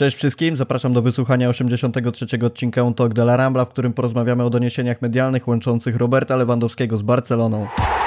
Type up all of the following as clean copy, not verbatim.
Cześć wszystkim, zapraszam do wysłuchania 83. odcinka Un Talk de la Rambla, w którym porozmawiamy o doniesieniach medialnych łączących Roberta Lewandowskiego z Barceloną.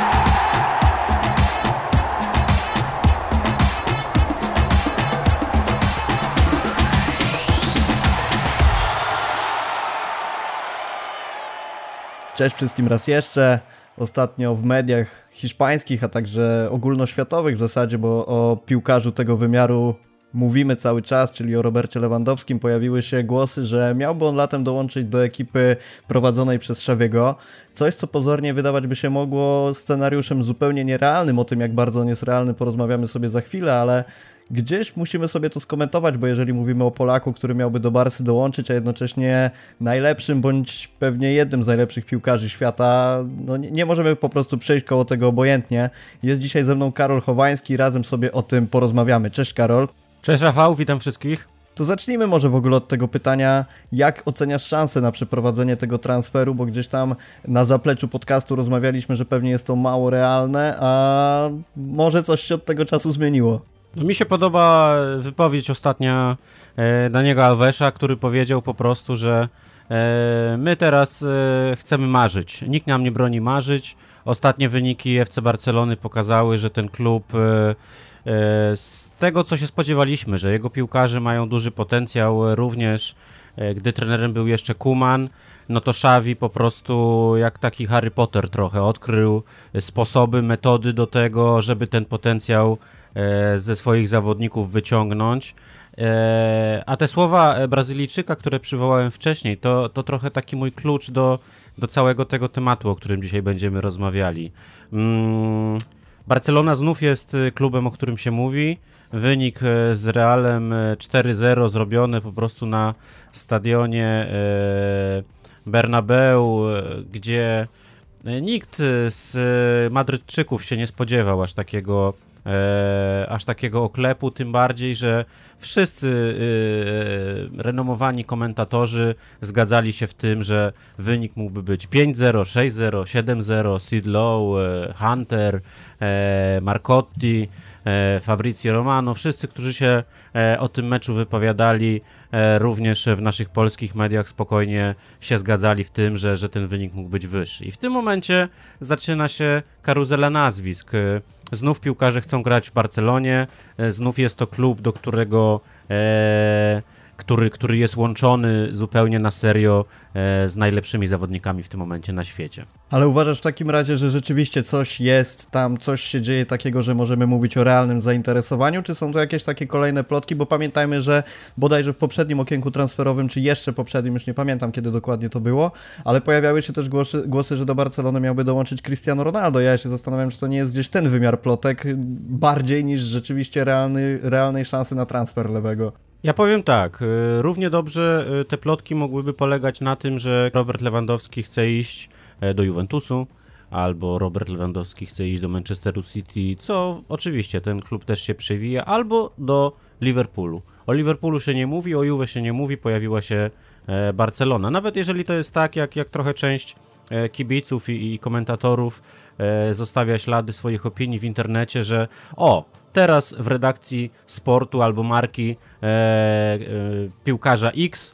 Cześć wszystkim raz jeszcze. Ostatnio w mediach hiszpańskich, a także ogólnoświatowych w zasadzie, bo o piłkarzu tego wymiaru mówimy cały czas, czyli o Robercie Lewandowskim, pojawiły się głosy, że miałby on latem dołączyć do ekipy prowadzonej przez Xaviego. Coś, co pozornie wydawać by się mogło scenariuszem zupełnie nierealnym. O tym, jak bardzo on jest realny, porozmawiamy sobie za chwilę, ale gdzieś musimy sobie to skomentować, bo jeżeli mówimy o Polaku, który miałby do Barsy dołączyć, a jednocześnie najlepszym, bądź pewnie jednym z najlepszych piłkarzy świata, no nie możemy po prostu przejść koło tego obojętnie. Jest dzisiaj ze mną Karol Chowański, razem sobie o tym porozmawiamy. Cześć Karol. Cześć Rafał, witam wszystkich. To zacznijmy może w ogóle od tego pytania, jak oceniasz szansę na przeprowadzenie tego transferu, bo gdzieś tam na zapleczu podcastu rozmawialiśmy, że pewnie jest to mało realne, a może coś się od tego czasu zmieniło. No, mi się podoba wypowiedź ostatnia Daniego Alvesa, który powiedział po prostu, że my teraz chcemy marzyć. Nikt nam nie broni marzyć. Ostatnie wyniki FC Barcelony pokazały, że ten klub z tego, co się spodziewaliśmy, że jego piłkarze mają duży potencjał, również gdy trenerem był jeszcze Koeman, no to Xavi po prostu jak taki Harry Potter trochę odkrył sposoby, metody do tego, żeby ten potencjał ze swoich zawodników wyciągnąć. A te słowa Brazylijczyka, które przywołałem wcześniej, to trochę taki mój klucz do całego tego tematu, o którym dzisiaj będziemy rozmawiali. Barcelona znów jest klubem, o którym się mówi. Wynik z Realem 4-0 zrobiony po prostu na stadionie Bernabeu, gdzie nikt z Madrytczyków się nie spodziewał aż takiego oklepu, tym bardziej, że wszyscy renomowani komentatorzy zgadzali się w tym, że wynik mógłby być 5-0, 6-0, 7-0, Sid Lowe, Hunter, Marcotti, Fabrizio Romano, wszyscy, którzy się o tym meczu wypowiadali, również w naszych polskich mediach spokojnie się zgadzali w tym, że ten wynik mógł być wyższy. I w tym momencie zaczyna się karuzela nazwisk. Znów piłkarze chcą grać w Barcelonie, znów jest to klub, do którego który jest łączony zupełnie na serio z najlepszymi zawodnikami w tym momencie na świecie. Ale uważasz w takim razie, że rzeczywiście coś jest tam, coś się dzieje takiego, że możemy mówić o realnym zainteresowaniu, czy są to jakieś takie kolejne plotki, bo pamiętajmy, że bodajże w poprzednim okienku transferowym, czy jeszcze poprzednim, już nie pamiętam kiedy dokładnie to było, ale pojawiały się też głosy, że do Barcelony miałby dołączyć Cristiano Ronaldo. Ja się zastanawiam, czy to nie jest gdzieś ten wymiar plotek bardziej niż rzeczywiście realnej szansy na transfer lewego. Ja powiem tak, równie dobrze te plotki mogłyby polegać na tym, że Robert Lewandowski chce iść do Juventusu, albo Robert Lewandowski chce iść do Manchesteru City, co oczywiście ten klub też się przewija, albo do Liverpoolu. O Liverpoolu się nie mówi, o Juve się nie mówi, pojawiła się Barcelona. Nawet jeżeli to jest tak, jak trochę część kibiców i komentatorów zostawia ślady swoich opinii w internecie, że teraz w redakcji sportu albo marki piłkarza X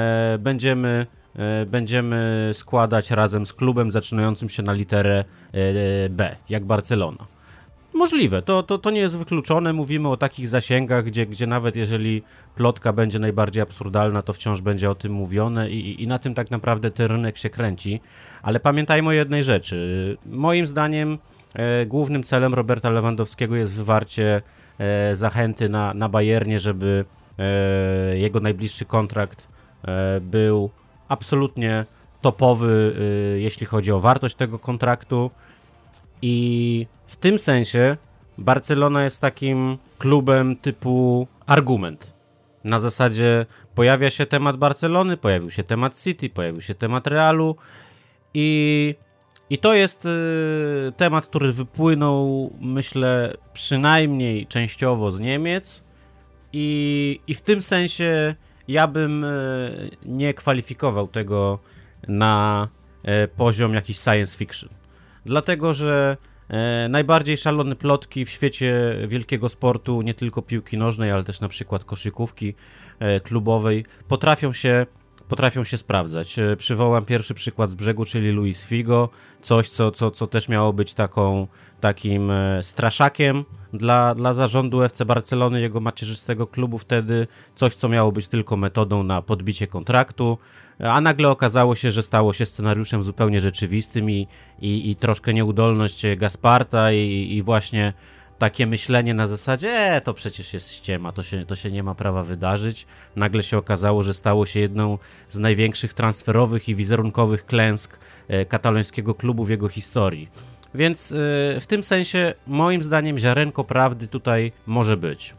będziemy składać razem z klubem zaczynającym się na literę B, jak Barcelona. Możliwe, to nie jest wykluczone, mówimy o takich zasięgach, gdzie nawet jeżeli plotka będzie najbardziej absurdalna, to wciąż będzie o tym mówione i na tym tak naprawdę ten rynek się kręci, ale pamiętajmy o jednej rzeczy. Moim zdaniem głównym celem Roberta Lewandowskiego jest wywarcie zachęty na Bayernie, żeby jego najbliższy kontrakt był absolutnie topowy, jeśli chodzi o wartość tego kontraktu. I w tym sensie Barcelona jest takim klubem typu argument. Na zasadzie pojawia się temat Barcelony, pojawił się temat City, pojawił się temat Realu i to jest temat, który wypłynął, myślę, przynajmniej częściowo z Niemiec i w tym sensie ja bym nie kwalifikował tego na poziom jakiś science fiction. Dlatego, że Najbardziej szalone plotki w świecie wielkiego sportu, nie tylko piłki nożnej, ale też na przykład koszykówki klubowej, potrafią się sprawdzać. Przywołam pierwszy przykład z brzegu, czyli Luis Figo, coś, co też miało być takim straszakiem dla zarządu FC Barcelony, jego macierzystego klubu wtedy, coś, co miało być tylko metodą na podbicie kontraktu, a nagle okazało się, że stało się scenariuszem zupełnie rzeczywistym i troszkę nieudolność Gasparta i właśnie takie myślenie na zasadzie, to przecież jest ściema, to się nie ma prawa wydarzyć. Nagle się okazało, że stało się jedną z największych transferowych i wizerunkowych klęsk katalońskiego klubu w jego historii. Więc w tym sensie, moim zdaniem, ziarenko prawdy tutaj może być.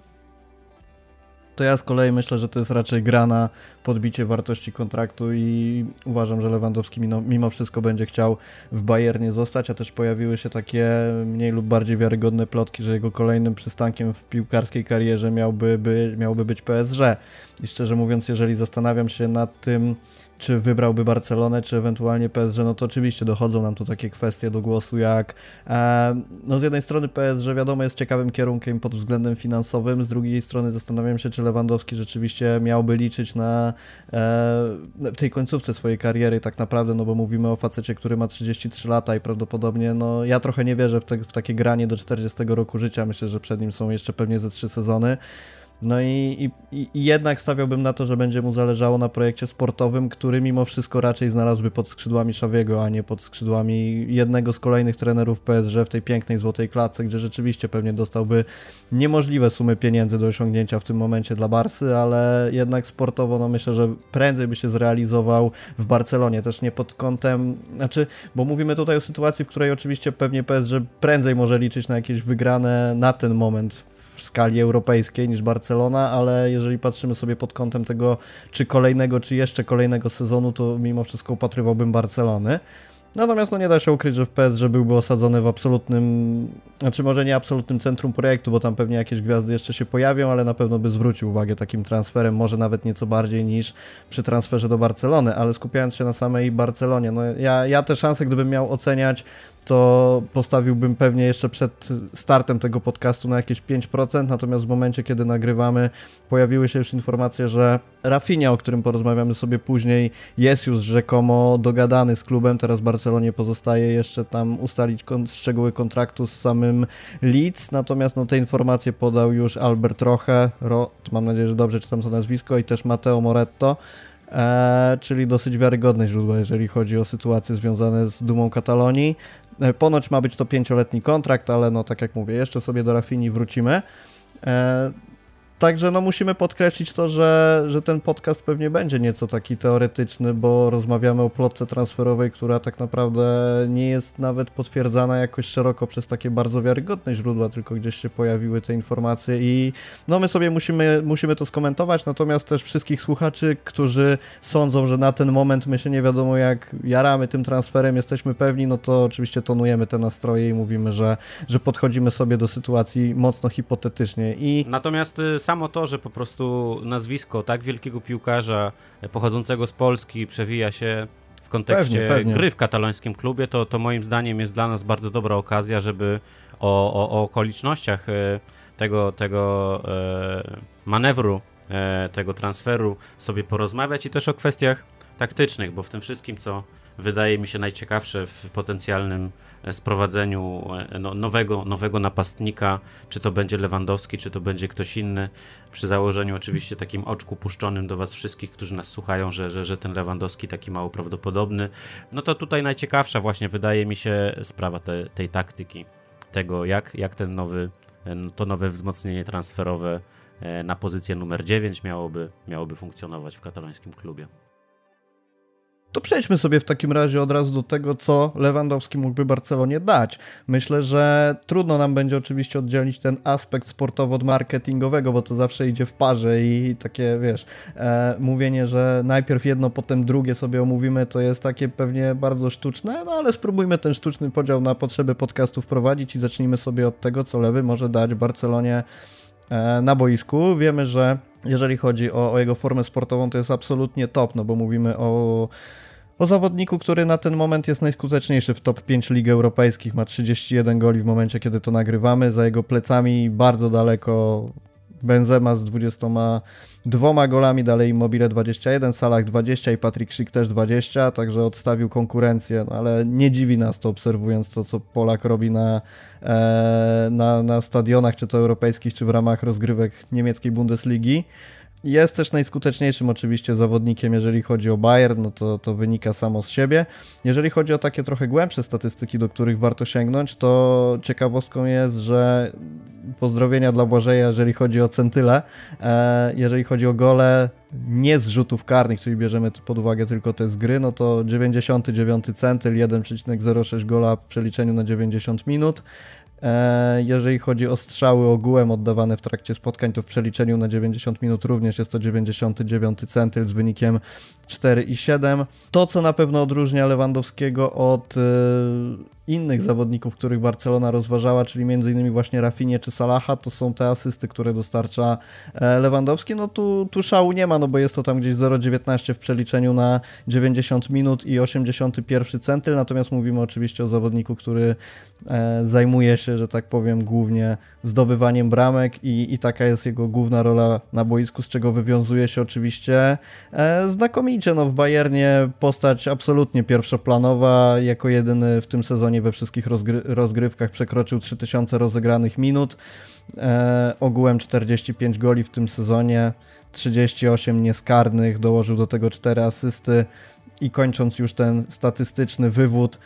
To ja z kolei myślę, że to jest raczej gra na podbicie wartości kontraktu i uważam, że Lewandowski mimo wszystko będzie chciał w Bayernie zostać, a też pojawiły się takie mniej lub bardziej wiarygodne plotki, że jego kolejnym przystankiem w piłkarskiej karierze miałby być PSG. I szczerze mówiąc, jeżeli zastanawiam się nad tym, czy wybrałby Barcelonę, czy ewentualnie PSG, no to oczywiście dochodzą nam tu takie kwestie do głosu jak no z jednej strony PSG wiadomo jest ciekawym kierunkiem pod względem finansowym, z drugiej strony zastanawiam się, czy Lewandowski rzeczywiście miałby liczyć na w tej końcówce swojej kariery tak naprawdę, no bo mówimy o facecie, który ma 33 lata i prawdopodobnie, no ja trochę nie wierzę w takie granie do 40 roku życia, myślę, że przed nim są jeszcze pewnie ze 3 sezony. No i jednak stawiałbym na to, że będzie mu zależało na projekcie sportowym, który mimo wszystko raczej znalazłby pod skrzydłami Xaviego, a nie pod skrzydłami jednego z kolejnych trenerów PSG w tej pięknej złotej klatce, gdzie rzeczywiście pewnie dostałby niemożliwe sumy pieniędzy do osiągnięcia w tym momencie dla Barsy, ale jednak sportowo no myślę, że prędzej by się zrealizował w Barcelonie, też nie pod kątem, bo mówimy tutaj o sytuacji, w której oczywiście pewnie PSG prędzej może liczyć na jakieś wygrane na ten moment w skali europejskiej niż Barcelona, ale jeżeli patrzymy sobie pod kątem tego, czy kolejnego, czy jeszcze kolejnego sezonu, to mimo wszystko upatrywałbym Barcelony. Natomiast no nie da się ukryć, że w PSG byłby osadzony w absolutnym, może nie absolutnym centrum projektu, bo tam pewnie jakieś gwiazdy jeszcze się pojawią, ale na pewno by zwrócił uwagę takim transferem, może nawet nieco bardziej niż przy transferze do Barcelony, ale skupiając się na samej Barcelonie, no ja te szanse, gdybym miał oceniać, to postawiłbym pewnie jeszcze przed startem tego podcastu na jakieś 5%, natomiast w momencie, kiedy nagrywamy, pojawiły się już informacje, że Rafinha, o którym porozmawiamy sobie później, jest już rzekomo dogadany z klubem, teraz Barcelonie pozostaje jeszcze tam ustalić szczegóły kontraktu z samym Leeds, natomiast no te informacje podał już Albert Roche, mam nadzieję, że dobrze czytam to nazwisko, i też Matteo Moretto, czyli dosyć wiarygodne źródła, jeżeli chodzi o sytuacje związane z dumą Katalonii. Ponoć ma być to 5-letni kontrakt, ale no tak jak mówię, jeszcze sobie do Rafinhi wrócimy. Także no musimy podkreślić to, że ten podcast pewnie będzie nieco taki teoretyczny, bo rozmawiamy o plotce transferowej, która tak naprawdę nie jest nawet potwierdzana jakoś szeroko przez takie bardzo wiarygodne źródła, tylko gdzieś się pojawiły te informacje i no my sobie musimy to skomentować, natomiast też wszystkich słuchaczy, którzy sądzą, że na ten moment my się nie wiadomo jak jaramy tym transferem, jesteśmy pewni, no to oczywiście tonujemy te nastroje i mówimy, że podchodzimy sobie do sytuacji mocno hipotetycznie. Natomiast samo to, że po prostu nazwisko tak wielkiego piłkarza pochodzącego z Polski przewija się w kontekście pewnie. Gry w katalońskim klubie, to moim zdaniem jest dla nas bardzo dobra okazja, żeby o okolicznościach tego manewru, tego transferu sobie porozmawiać i też o kwestiach taktycznych, bo w tym wszystkim, co wydaje mi się najciekawsze w potencjalnym sprowadzeniu nowego napastnika, czy to będzie Lewandowski, czy to będzie ktoś inny, przy założeniu oczywiście takim oczku puszczonym do was wszystkich, którzy nas słuchają, że ten Lewandowski taki mało prawdopodobny, no to tutaj najciekawsza właśnie wydaje mi się sprawa tej taktyki, tego jak to nowe wzmocnienie transferowe na pozycję numer 9 miałoby funkcjonować w katalońskim klubie. To przejdźmy sobie w takim razie od razu do tego, co Lewandowski mógłby Barcelonie dać. Myślę, że trudno nam będzie oczywiście oddzielić ten aspekt sportowo od marketingowego, bo to zawsze idzie w parze i takie, mówienie, że najpierw jedno, potem drugie sobie omówimy, to jest takie pewnie bardzo sztuczne, no ale spróbujmy ten sztuczny podział na potrzeby podcastu wprowadzić i zacznijmy sobie od tego, co Lewy może dać Barcelonie na boisku. Wiemy, że jeżeli chodzi o jego formę sportową, to jest absolutnie top, no bo mówimy o O zawodniku, który na ten moment jest najskuteczniejszy w top 5 lig europejskich, ma 31 goli w momencie, kiedy to nagrywamy. Za jego plecami bardzo daleko Benzema z 22 golami, dalej Immobile 21, Salah 20 i Patrick Schick też 20, także odstawił konkurencję, no ale nie dziwi nas to, obserwując to, co Polak robi na stadionach, czy to europejskich, czy w ramach rozgrywek niemieckiej Bundesligi. Jest też najskuteczniejszym oczywiście zawodnikiem, jeżeli chodzi o Bayern, no to wynika samo z siebie. Jeżeli chodzi o takie trochę głębsze statystyki, do których warto sięgnąć, to ciekawostką jest, że pozdrowienia dla Błażeja, jeżeli chodzi o centyle, jeżeli chodzi o gole nie z rzutów karnych, czyli bierzemy pod uwagę tylko te z gry, no to 99 centyl, 1,06 gola w przeliczeniu na 90 minut. Jeżeli chodzi o strzały ogółem oddawane w trakcie spotkań, to w przeliczeniu na 90 minut również jest to 99 centyl z wynikiem 4,7. To, co na pewno odróżnia Lewandowskiego od innych zawodników, których Barcelona rozważała, czyli m.in. właśnie Rafinha czy Salaha, to są te asysty, które dostarcza Lewandowski. No tu szału nie ma, no bo jest to tam gdzieś 0,19 w przeliczeniu na 90 minut i 81 centyl, natomiast mówimy oczywiście o zawodniku, który zajmuje się, że tak powiem, głównie zdobywaniem bramek i taka jest jego główna rola na boisku, z czego wywiązuje się oczywiście znakomicie. No w Bayernie postać absolutnie pierwszoplanowa, jako jedyny w tym sezonie we wszystkich rozgrywkach przekroczył 3000 rozegranych minut, ogółem 45 goli w tym sezonie, 38 nieskarnych, dołożył do tego 4 asysty i kończąc już ten statystyczny wywód,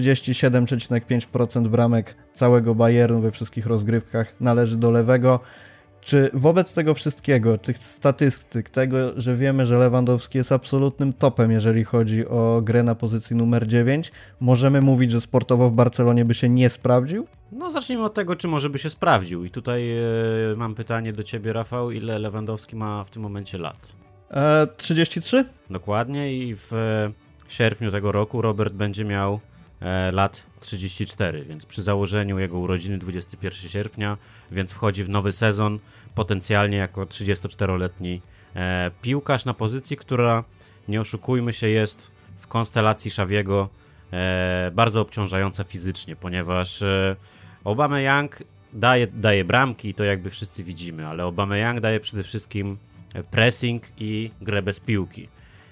37,5% bramek całego Bayernu we wszystkich rozgrywkach należy do lewego. Czy wobec tego wszystkiego, tych statystyk, tego, że wiemy, że Lewandowski jest absolutnym topem, jeżeli chodzi o grę na pozycji numer 9, możemy mówić, że sportowo w Barcelonie by się nie sprawdził? No zacznijmy od tego, czy może by się sprawdził. I tutaj mam pytanie do ciebie, Rafał, ile Lewandowski ma w tym momencie lat? 33? Dokładnie i w sierpniu tego roku Robert będzie miał lat 34, więc przy założeniu jego urodziny 21 sierpnia, więc wchodzi w nowy sezon potencjalnie jako 34-letni piłkarz na pozycji, która, nie oszukujmy się, jest w konstelacji Xaviego bardzo obciążająca fizycznie, ponieważ Aubameyang daje bramki, to jakby wszyscy widzimy, ale Aubameyang daje przede wszystkim pressing i grę bez piłki.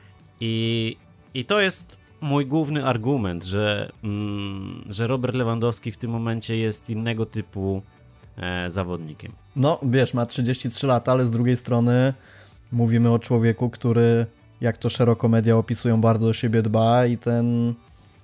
I to jest mój główny argument, że Robert Lewandowski w tym momencie jest innego typu zawodnikiem. No, wiesz, ma 33 lata, ale z drugiej strony mówimy o człowieku, który, jak to szeroko media opisują, bardzo o siebie dba i ten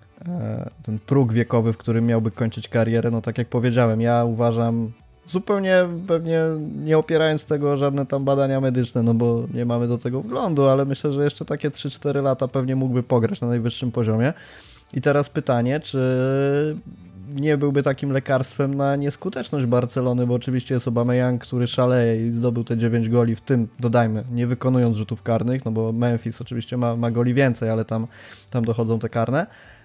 próg wiekowy, w którym miałby kończyć karierę, no tak jak powiedziałem, ja uważam, zupełnie pewnie nie opierając tego o żadne tam badania medyczne, no bo nie mamy do tego wglądu, ale myślę, że jeszcze takie 3-4 lata pewnie mógłby pograć na najwyższym poziomie. I teraz pytanie, czy nie byłby takim lekarstwem na nieskuteczność Barcelony, bo oczywiście jest Aubameyang, który szaleje i zdobył te 9 goli, w tym, dodajmy, nie wykonując rzutów karnych, no bo Memphis oczywiście ma goli więcej, ale tam dochodzą te karne.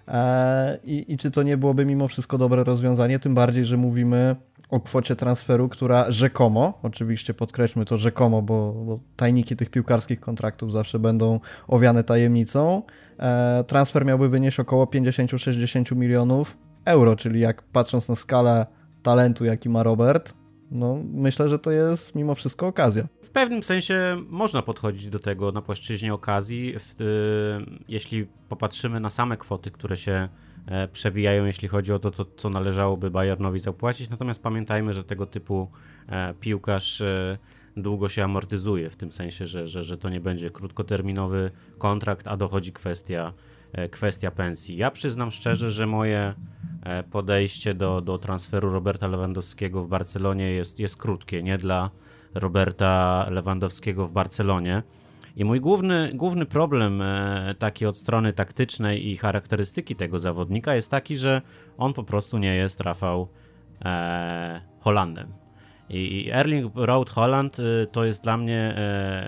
I czy to nie byłoby mimo wszystko dobre rozwiązanie, tym bardziej, że mówimy o kwocie transferu, która rzekomo, oczywiście podkreślmy to rzekomo, bo tajniki tych piłkarskich kontraktów zawsze będą owiane tajemnicą, transfer miałby wynieść około 50-60 milionów euro, czyli jak patrząc na skalę talentu, jaki ma Robert, no myślę, że to jest mimo wszystko okazja. W pewnym sensie można podchodzić do tego na płaszczyźnie okazji, jeśli popatrzymy na same kwoty, które się przewijają, jeśli chodzi o to, co należałoby Bayernowi zapłacić, natomiast pamiętajmy, że tego typu piłkarz długo się amortyzuje, w tym sensie, że to nie będzie krótkoterminowy kontrakt, a dochodzi kwestia pensji. Ja przyznam szczerze, że moje podejście do transferu Roberta Lewandowskiego w Barcelonie jest krótkie, nie dla Roberta Lewandowskiego w Barcelonie. I mój główny problem taki od strony taktycznej i charakterystyki tego zawodnika jest taki, że on po prostu nie jest, Rafał, Holandem. I Erling Braut Haaland to jest dla mnie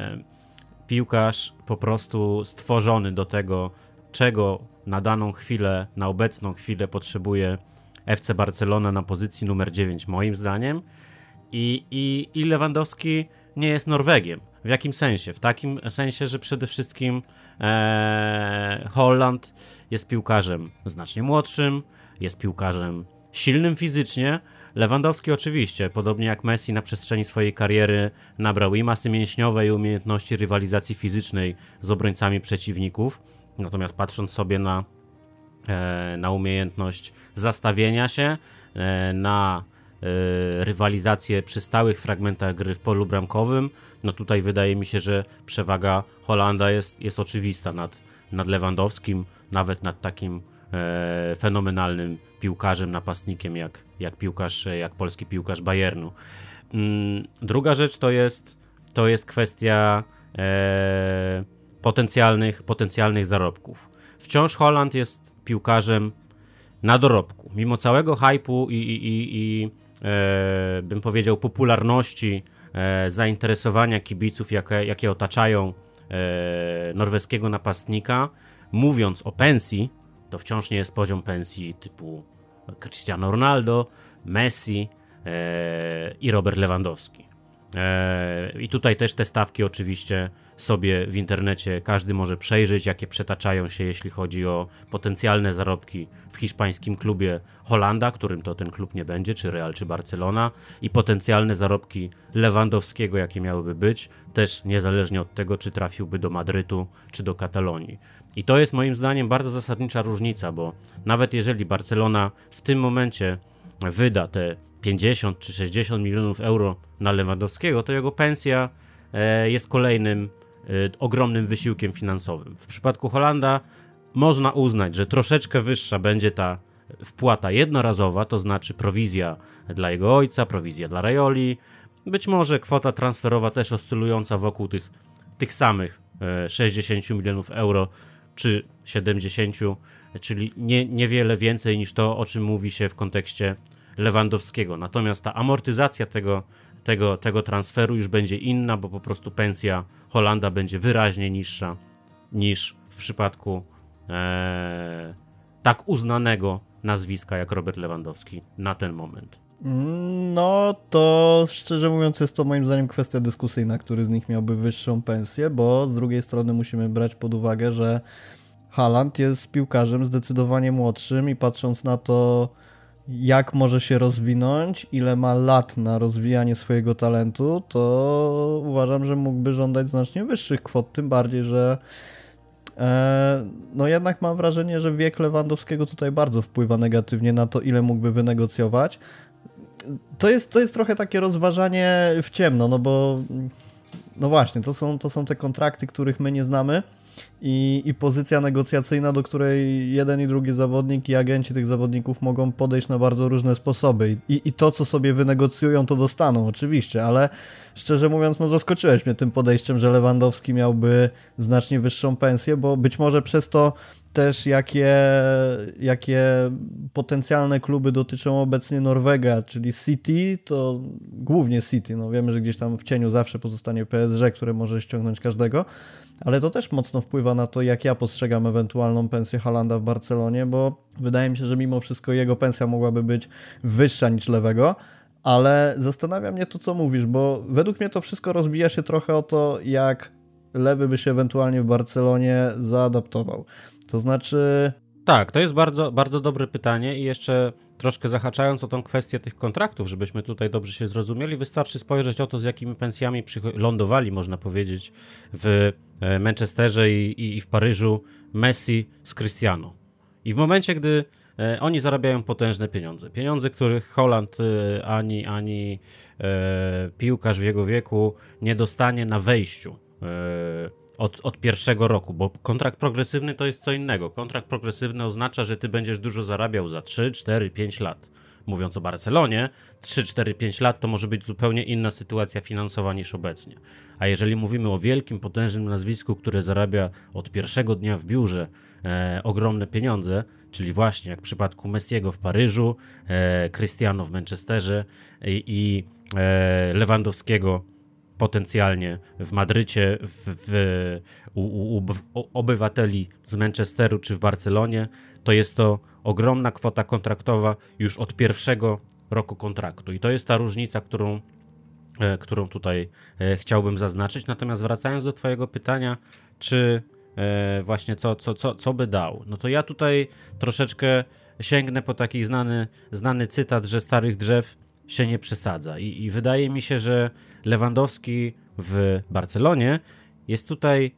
piłkarz po prostu stworzony do tego, czego na daną chwilę, na obecną chwilę potrzebuje FC Barcelona na pozycji numer 9 moim zdaniem. I Lewandowski nie jest Norwegiem, W jakim sensie? W takim sensie, że przede wszystkim Haaland jest piłkarzem znacznie młodszym, jest piłkarzem silnym fizycznie. Lewandowski oczywiście, podobnie jak Messi na przestrzeni swojej kariery nabrał i masy mięśniowej, i umiejętności rywalizacji fizycznej z obrońcami przeciwników. Natomiast patrząc sobie na umiejętność zastawienia się, na rywalizację przy stałych fragmentach gry w polu bramkowym, no tutaj wydaje mi się, że przewaga Holanda jest oczywista nad Lewandowskim, nawet nad takim fenomenalnym piłkarzem, napastnikiem jak polski piłkarz Bayernu. Druga rzecz to jest kwestia potencjalnych zarobków. Wciąż Haaland jest piłkarzem na dorobku. Mimo całego hype'u i bym powiedział popularności, zainteresowania kibiców, jakie otaczają norweskiego napastnika, mówiąc o pensji, to wciąż nie jest poziom pensji typu Cristiano Ronaldo, Messi i Robert Lewandowski. I tutaj też te stawki oczywiście sobie w internecie każdy może przejrzeć, jakie przetaczają się, jeśli chodzi o potencjalne zarobki w hiszpańskim klubie Holanda, którym to ten klub nie będzie, czy Real, czy Barcelona, i potencjalne zarobki Lewandowskiego, jakie miałyby być, też niezależnie od tego, czy trafiłby do Madrytu, czy do Katalonii. I to jest moim zdaniem bardzo zasadnicza różnica, bo nawet jeżeli Barcelona w tym momencie wyda te 50 czy 60 milionów euro na Lewandowskiego, to jego pensja jest kolejnym ogromnym wysiłkiem finansowym. W przypadku Holanda można uznać, że troszeczkę wyższa będzie ta wpłata jednorazowa, to znaczy prowizja dla jego ojca, prowizja dla Raioli, być może kwota transferowa też oscylująca wokół tych samych 60 milionów euro czy 70, czyli niewiele więcej niż to, o czym mówi się w kontekście Lewandowskiego. Natomiast ta amortyzacja tego transferu już będzie inna, bo po prostu pensja Holanda będzie wyraźnie niższa niż w przypadku tak uznanego nazwiska jak Robert Lewandowski na ten moment. No to szczerze mówiąc jest to moim zdaniem kwestia dyskusyjna, który z nich miałby wyższą pensję, bo z drugiej strony musimy brać pod uwagę, że Haaland jest piłkarzem zdecydowanie młodszym i patrząc na to, jak może się rozwinąć, ile ma lat na rozwijanie swojego talentu, to uważam, że mógłby żądać znacznie wyższych kwot, tym bardziej, że no jednak mam wrażenie, że wiek Lewandowskiego tutaj bardzo wpływa negatywnie na to, ile mógłby wynegocjować. To jest trochę takie rozważanie w ciemno, no bo no właśnie, to są te kontrakty, których my nie znamy i pozycja negocjacyjna, do której jeden i drugi zawodnik i agenci tych zawodników mogą podejść na bardzo różne sposoby i to, co sobie wynegocjują, to dostaną oczywiście, ale szczerze mówiąc, no zaskoczyłeś mnie tym podejściem, że Lewandowski miałby znacznie wyższą pensję, bo być może przez to też jakie potencjalne kluby dotyczą obecnie Norwega, czyli City, to głównie City, no wiemy, że gdzieś tam w cieniu zawsze pozostanie PSG, które może ściągnąć każdego, ale to też mocno wpływa na to, jak ja postrzegam ewentualną pensję Haalanda w Barcelonie, bo wydaje mi się, że mimo wszystko jego pensja mogłaby być wyższa niż Lewego, ale zastanawia mnie to, co mówisz, bo według mnie to wszystko rozbija się trochę o to, jak Lewy by się ewentualnie w Barcelonie zaadaptował. To znaczy... Tak, to jest bardzo, bardzo dobre pytanie i jeszcze troszkę zahaczając o tą kwestię tych kontraktów, żebyśmy tutaj dobrze się zrozumieli, wystarczy spojrzeć o to, z jakimi pensjami lądowali, można powiedzieć, w Manchesterze i w Paryżu Messi z Cristiano. I w momencie, gdy oni zarabiają potężne pieniądze, których Haaland ani piłkarz w jego wieku nie dostanie na wejściu od pierwszego roku, bo kontrakt progresywny to jest co innego. Kontrakt progresywny oznacza, że ty będziesz dużo zarabiał za 3, 4, 5 lat. Mówiąc o Barcelonie, 3, 4, 5 lat to może być zupełnie inna sytuacja finansowa niż obecnie. A jeżeli mówimy o wielkim, potężnym nazwisku, które zarabia od pierwszego dnia w biurze ogromne pieniądze, czyli właśnie jak w przypadku Messiego w Paryżu, Cristiano w Manchesterze i Lewandowskiego potencjalnie w Madrycie, u obywateli z Manchesteru czy w Barcelonie, to jest to ogromna kwota kontraktowa już od pierwszego roku kontraktu. I to jest ta różnica, którą którą tutaj chciałbym zaznaczyć. Natomiast wracając do twojego pytania, czy właśnie co by dał, no to ja tutaj troszeczkę sięgnę po taki znany cytat, że starych drzew się nie przesadza i wydaje mi się, że Lewandowski w Barcelonie jest tutaj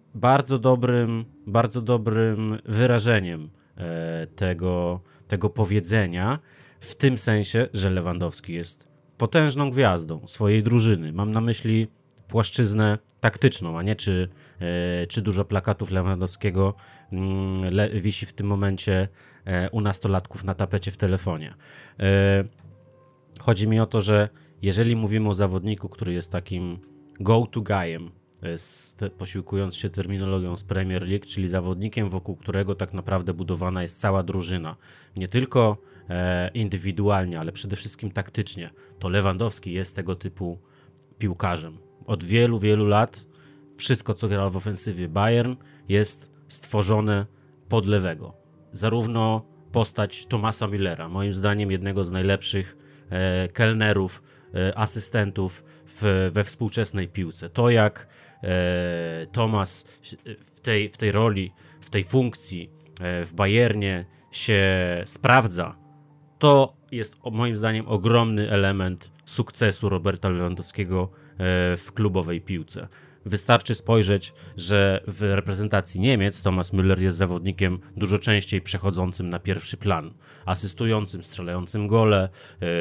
bardzo dobrym wyrażeniem tego powiedzenia, w tym sensie, że Lewandowski jest potężną gwiazdą swojej drużyny. Mam na myśli płaszczyznę taktyczną, a nie czy dużo plakatów Lewandowskiego wisi w tym momencie u nastolatków na tapecie w telefonie. Chodzi mi o to, że jeżeli mówimy o zawodniku, który jest takim go-to guyem, posiłkując się terminologią z Premier League, czyli zawodnikiem, wokół którego tak naprawdę budowana jest cała drużyna, nie tylko indywidualnie, ale przede wszystkim taktycznie, to Lewandowski jest tego typu piłkarzem. Od wielu lat wszystko, co grał w ofensywie Bayern, jest stworzone pod lewego. Zarówno postać Thomasa Müllera, moim zdaniem jednego z najlepszych kelnerów, asystentów we współczesnej piłce. To jak Thomas w tej roli, w tej funkcji w Bayernie się sprawdza, to jest moim zdaniem ogromny element sukcesu Roberta Lewandowskiego w klubowej piłce. Wystarczy spojrzeć, że w reprezentacji Niemiec Thomas Müller jest zawodnikiem dużo częściej przechodzącym na pierwszy plan, asystującym, strzelającym gole,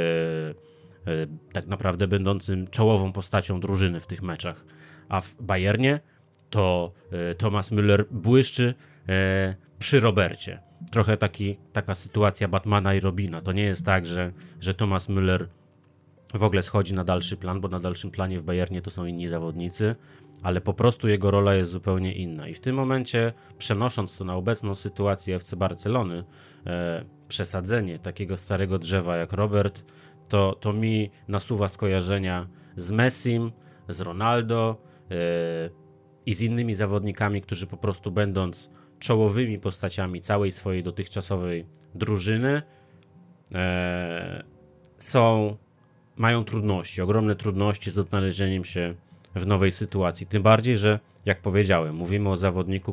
tak naprawdę będącym czołową postacią drużyny w tych meczach. A w Bayernie to Thomas Müller błyszczy przy Robercie. Trochę taka sytuacja Batmana i Robina. To nie jest tak, że Thomas Müller w ogóle schodzi na dalszy plan, bo na dalszym planie w Bayernie to są inni zawodnicy, ale po prostu jego rola jest zupełnie inna. I w tym momencie, przenosząc to na obecną sytuację FC Barcelony, przesadzenie takiego starego drzewa jak Robert, to mi nasuwa skojarzenia z Messim, z Ronaldo i z innymi zawodnikami, którzy po prostu będąc czołowymi postaciami całej swojej dotychczasowej drużyny mają trudności, ogromne trudności z odnalezieniem się w nowej sytuacji. Tym bardziej, że jak powiedziałem, mówimy o zawodniku,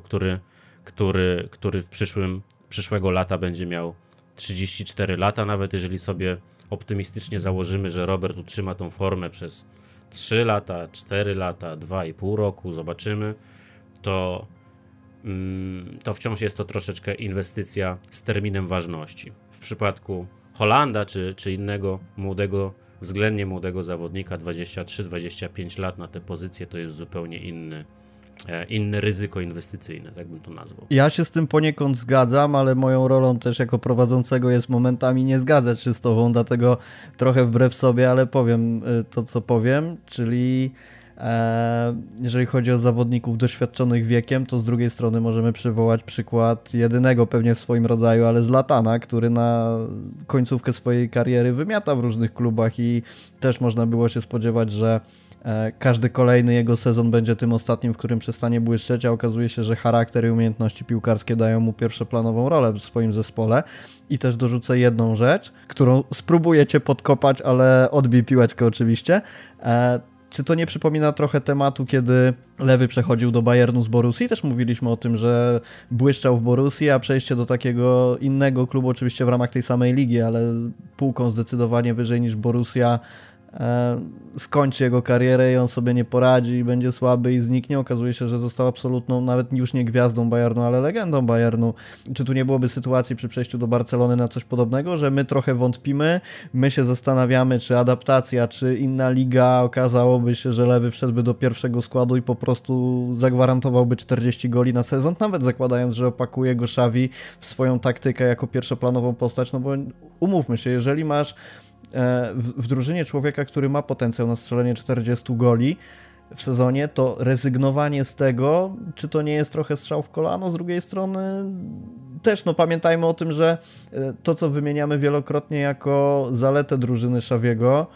który przyszłego lata będzie miał 34 lata, nawet jeżeli sobie optymistycznie założymy, że Robert utrzyma tą formę przez 3 lata, 4 lata, 2,5 roku, zobaczymy, to wciąż jest to troszeczkę inwestycja z terminem ważności. W przypadku Holanda czy innego względnie młodego zawodnika, 23-25 lat na tę pozycję, to jest zupełnie inne ryzyko inwestycyjne, tak bym to nazwał. Ja się z tym poniekąd zgadzam, ale moją rolą też jako prowadzącego jest momentami nie zgadzać się z tobą, dlatego trochę wbrew sobie, ale powiem to, co powiem, czyli jeżeli chodzi o zawodników doświadczonych wiekiem, to z drugiej strony możemy przywołać przykład jedynego pewnie w swoim rodzaju, ale Zlatana, który na końcówkę swojej kariery wymiata w różnych klubach i też można było się spodziewać, że każdy kolejny jego sezon będzie tym ostatnim, w którym przestanie błyszczeć, a okazuje się, że charakter i umiejętności piłkarskie dają mu pierwszoplanową rolę w swoim zespole. I też dorzucę jedną rzecz, którą spróbuję cię podkopać, ale odbij piłeczkę oczywiście. Czy to nie przypomina trochę tematu, kiedy Lewy przechodził do Bayernu z Borussii? Też mówiliśmy o tym, że błyszczał w Borussii, a przejście do takiego innego klubu, oczywiście w ramach tej samej ligi, ale półką zdecydowanie wyżej niż Borussia, skończy jego karierę i on sobie nie poradzi i będzie słaby i zniknie. Okazuje się, że został absolutną, nawet już nie gwiazdą Bayernu, ale legendą Bayernu. Czy tu nie byłoby sytuacji przy przejściu do Barcelony na coś podobnego, że my trochę wątpimy, my się zastanawiamy, czy adaptacja, czy inna liga, okazałoby się, że Lewy wszedłby do pierwszego składu i po prostu zagwarantowałby 40 goli na sezon, nawet zakładając, że opakuje go Xavi w swoją taktykę jako pierwszoplanową postać, no bo umówmy się, jeżeli masz w drużynie człowieka, który ma potencjał na strzelenie 40 goli w sezonie, to rezygnowanie z tego, czy to nie jest trochę strzał w kolano? Z drugiej strony też, no pamiętajmy o tym, że to, co wymieniamy wielokrotnie jako zaletę drużyny Xaviego,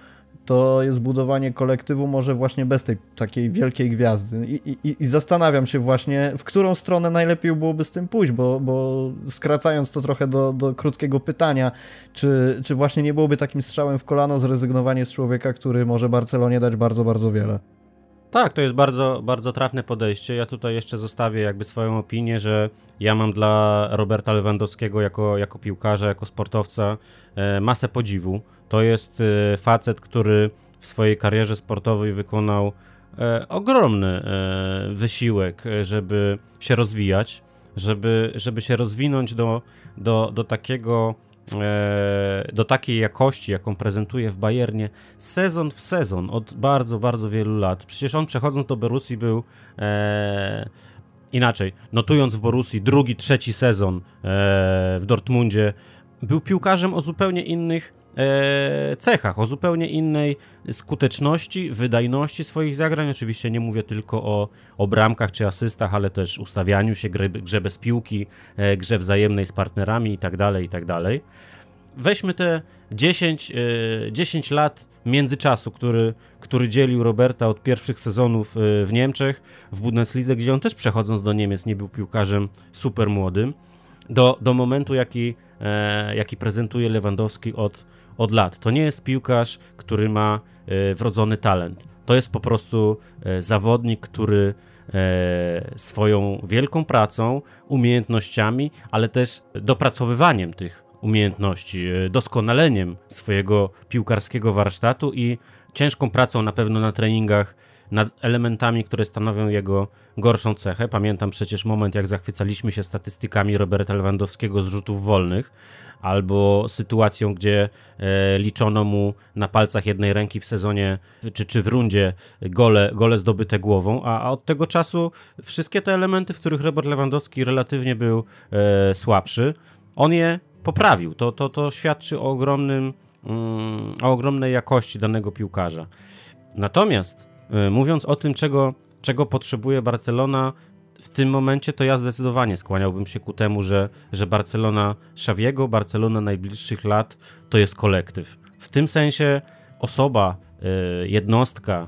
to jest budowanie kolektywu może właśnie bez tej takiej wielkiej gwiazdy. I zastanawiam się właśnie, w którą stronę najlepiej byłoby z tym pójść, bo skracając to trochę do krótkiego pytania, czy właśnie nie byłoby takim strzałem w kolano zrezygnowanie z człowieka, który może Barcelonie dać bardzo, bardzo wiele? Tak, to jest bardzo, bardzo trafne podejście. Ja tutaj jeszcze zostawię jakby swoją opinię, że ja mam dla Roberta Lewandowskiego jako piłkarza, jako sportowca masę podziwu. To jest facet, który w swojej karierze sportowej wykonał ogromny wysiłek, żeby się rozwijać, żeby się rozwinąć do takiego do takiej jakości, jaką prezentuje w Bayernie sezon w sezon od bardzo, bardzo wielu lat. Przecież on przechodząc do Borussii był inaczej, notując w Borussii drugi, trzeci sezon w Dortmundzie, był piłkarzem o zupełnie innych cechach, o zupełnie innej skuteczności, wydajności swoich zagrań. Oczywiście nie mówię tylko o bramkach czy asystach, ale też ustawianiu się, grze bez piłki, grze wzajemnej z partnerami itd. Weźmy te 10 lat międzyczasu, który dzielił Roberta od pierwszych sezonów w Niemczech, w Bundeslidze, gdzie on też przechodząc do Niemiec nie był piłkarzem super młodym, do momentu, jaki prezentuje Lewandowski od lat. To nie jest piłkarz, który ma wrodzony talent. To jest po prostu zawodnik, który swoją wielką pracą, umiejętnościami, ale też dopracowywaniem tych umiejętności, doskonaleniem swojego piłkarskiego warsztatu i ciężką pracą na pewno na treningach nad elementami, które stanowią jego gorszą cechę. Pamiętam przecież moment, jak zachwycaliśmy się statystykami Roberta Lewandowskiego z rzutów wolnych, albo sytuacją, gdzie liczono mu na palcach jednej ręki w sezonie, czy w rundzie gole zdobyte głową, a od tego czasu wszystkie te elementy, w których Robert Lewandowski relatywnie był słabszy, on je poprawił. To świadczy o ogromnej jakości danego piłkarza. Natomiast mówiąc o tym, czego potrzebuje Barcelona w tym momencie, to ja zdecydowanie skłaniałbym się ku temu, że Barcelona Xaviego, Barcelona najbliższych lat to jest kolektyw. W tym sensie osoba, jednostka,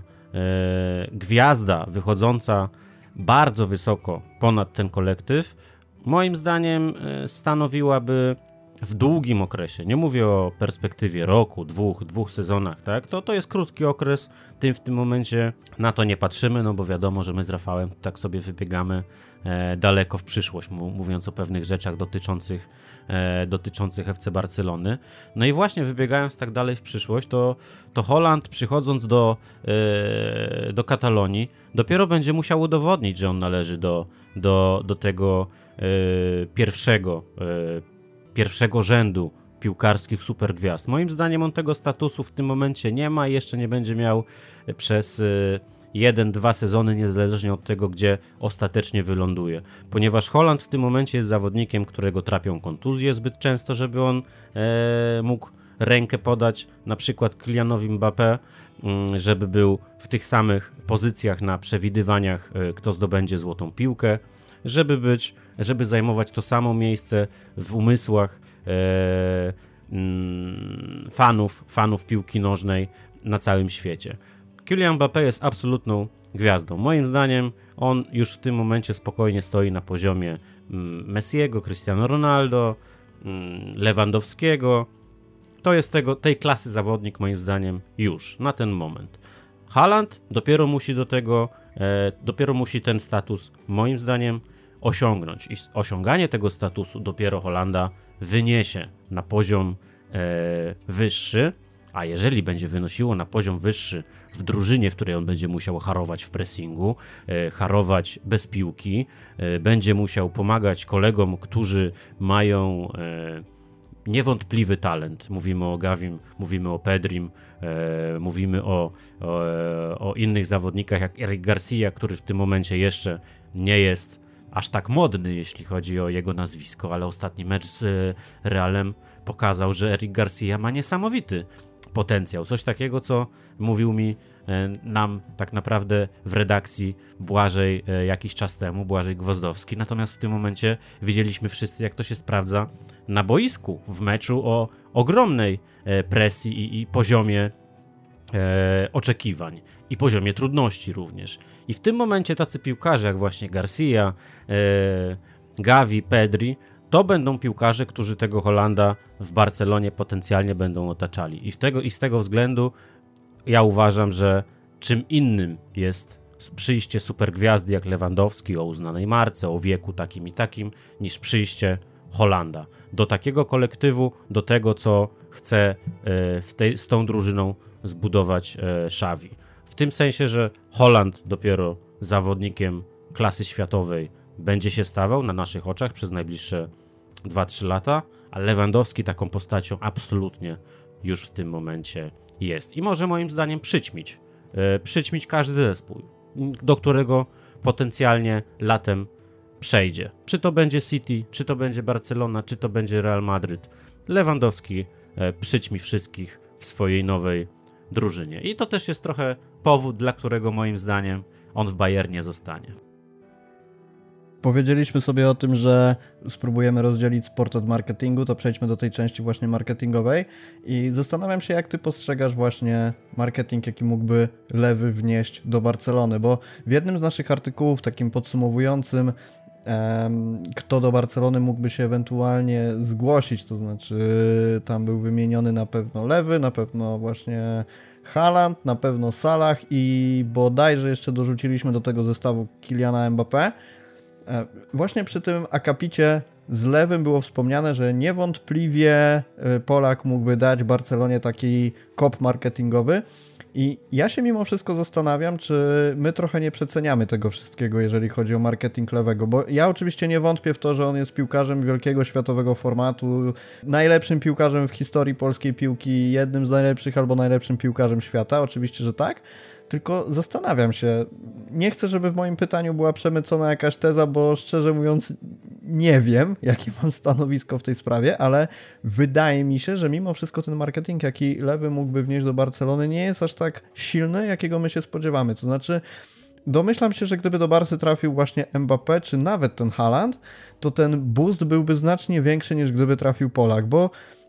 gwiazda wychodząca bardzo wysoko ponad ten kolektyw, moim zdaniem stanowiłaby w długim okresie, nie mówię o perspektywie roku, dwóch sezonach, tak? To jest krótki okres, w tym momencie na to nie patrzymy, no bo wiadomo, że my z Rafałem tak sobie wybiegamy daleko w przyszłość, mówiąc o pewnych rzeczach dotyczących FC Barcelony. No i właśnie wybiegając tak dalej w przyszłość, to Haaland przychodząc do Katalonii dopiero będzie musiał udowodnić, że on należy do tego pierwszego rzędu piłkarskich supergwiazd. Moim zdaniem on tego statusu w tym momencie nie ma i jeszcze nie będzie miał przez 1-2 sezony, niezależnie od tego, gdzie ostatecznie wyląduje. Ponieważ Haaland w tym momencie jest zawodnikiem, którego trapią kontuzje zbyt często, żeby on mógł rękę podać na przykład Kylianowi Mbappé, żeby był w tych samych pozycjach na przewidywaniach, kto zdobędzie złotą piłkę, żeby zajmować to samo miejsce w umysłach fanów piłki nożnej na całym świecie. Kylian Mbappé jest absolutną gwiazdą. Moim zdaniem on już w tym momencie spokojnie stoi na poziomie Messiego, Cristiano Ronaldo, Lewandowskiego. To jest tej klasy zawodnik moim zdaniem już na ten moment. Haaland dopiero musi ten status moim zdaniem osiągnąć i osiąganie tego statusu dopiero Hollanda wyniesie na poziom wyższy, a jeżeli będzie wynosiło na poziom wyższy w drużynie, w której on będzie musiał harować w pressingu, harować bez piłki, będzie musiał pomagać kolegom, którzy mają niewątpliwy talent. Mówimy o Gavim, mówimy o Pedrim, mówimy o innych zawodnikach jak Eric Garcia, który w tym momencie jeszcze nie jest aż tak modny, jeśli chodzi o jego nazwisko, ale ostatni mecz z Realem pokazał, że Eric Garcia ma niesamowity potencjał. Coś takiego, co mówił nam tak naprawdę w redakcji Błażej jakiś czas temu, Błażej Gwozdowski. Natomiast w tym momencie widzieliśmy wszyscy, jak to się sprawdza na boisku w meczu o ogromnej presji i poziomie oczekiwań i poziomie trudności również. I w tym momencie tacy piłkarze jak właśnie Garcia, Gavi, Pedri, to będą piłkarze, którzy tego Holanda w Barcelonie potencjalnie będą otaczali. I z tego względu ja uważam, że czym innym jest przyjście supergwiazdy jak Lewandowski o uznanej marce, o wieku takim i takim, niż przyjście Holanda. Do takiego kolektywu, do tego, co chce z tą drużyną zbudować Xavi. W tym sensie, że Holland dopiero zawodnikiem klasy światowej będzie się stawał na naszych oczach przez najbliższe 2-3 lata, a Lewandowski taką postacią absolutnie już w tym momencie jest. I może moim zdaniem przyćmić każdy zespół, do którego potencjalnie latem przejdzie. Czy to będzie City, czy to będzie Barcelona, czy to będzie Real Madryt. Lewandowski przyćmi wszystkich w swojej nowej drużynie. I to też jest trochę powód, dla którego moim zdaniem on w Bayernie zostanie. Powiedzieliśmy sobie o tym, że spróbujemy rozdzielić sport od marketingu, to przejdźmy do tej części właśnie marketingowej i zastanawiam się, jak ty postrzegasz właśnie marketing, jaki mógłby Lewy wnieść do Barcelony, bo w jednym z naszych artykułów, takim podsumowującym, kto do Barcelony mógłby się ewentualnie zgłosić, to znaczy tam był wymieniony na pewno Lewy, na pewno właśnie Haaland, na pewno Salah i bodajże jeszcze dorzuciliśmy do tego zestawu Kyliana Mbappé. Właśnie przy tym akapicie z Lewym było wspomniane, że niewątpliwie Polak mógłby dać Barcelonie taki kop marketingowy i ja się mimo wszystko zastanawiam, czy my trochę nie przeceniamy tego wszystkiego, jeżeli chodzi o marketing Lewego, bo ja oczywiście nie wątpię w to, że on jest piłkarzem wielkiego światowego formatu, najlepszym piłkarzem w historii polskiej piłki, jednym z najlepszych albo najlepszym piłkarzem świata, oczywiście, że tak. Tylko zastanawiam się, nie chcę, żeby w moim pytaniu była przemycona jakaś teza, bo szczerze mówiąc nie wiem, jakie mam stanowisko w tej sprawie, ale wydaje mi się, że mimo wszystko ten marketing, jaki Lewy mógłby wnieść do Barcelony, nie jest aż tak silny, jakiego my się spodziewamy. To znaczy, domyślam się, że gdyby do Barsy trafił właśnie Mbappé, czy nawet ten Haaland, to ten boost byłby znacznie większy, niż gdyby trafił Polak, bo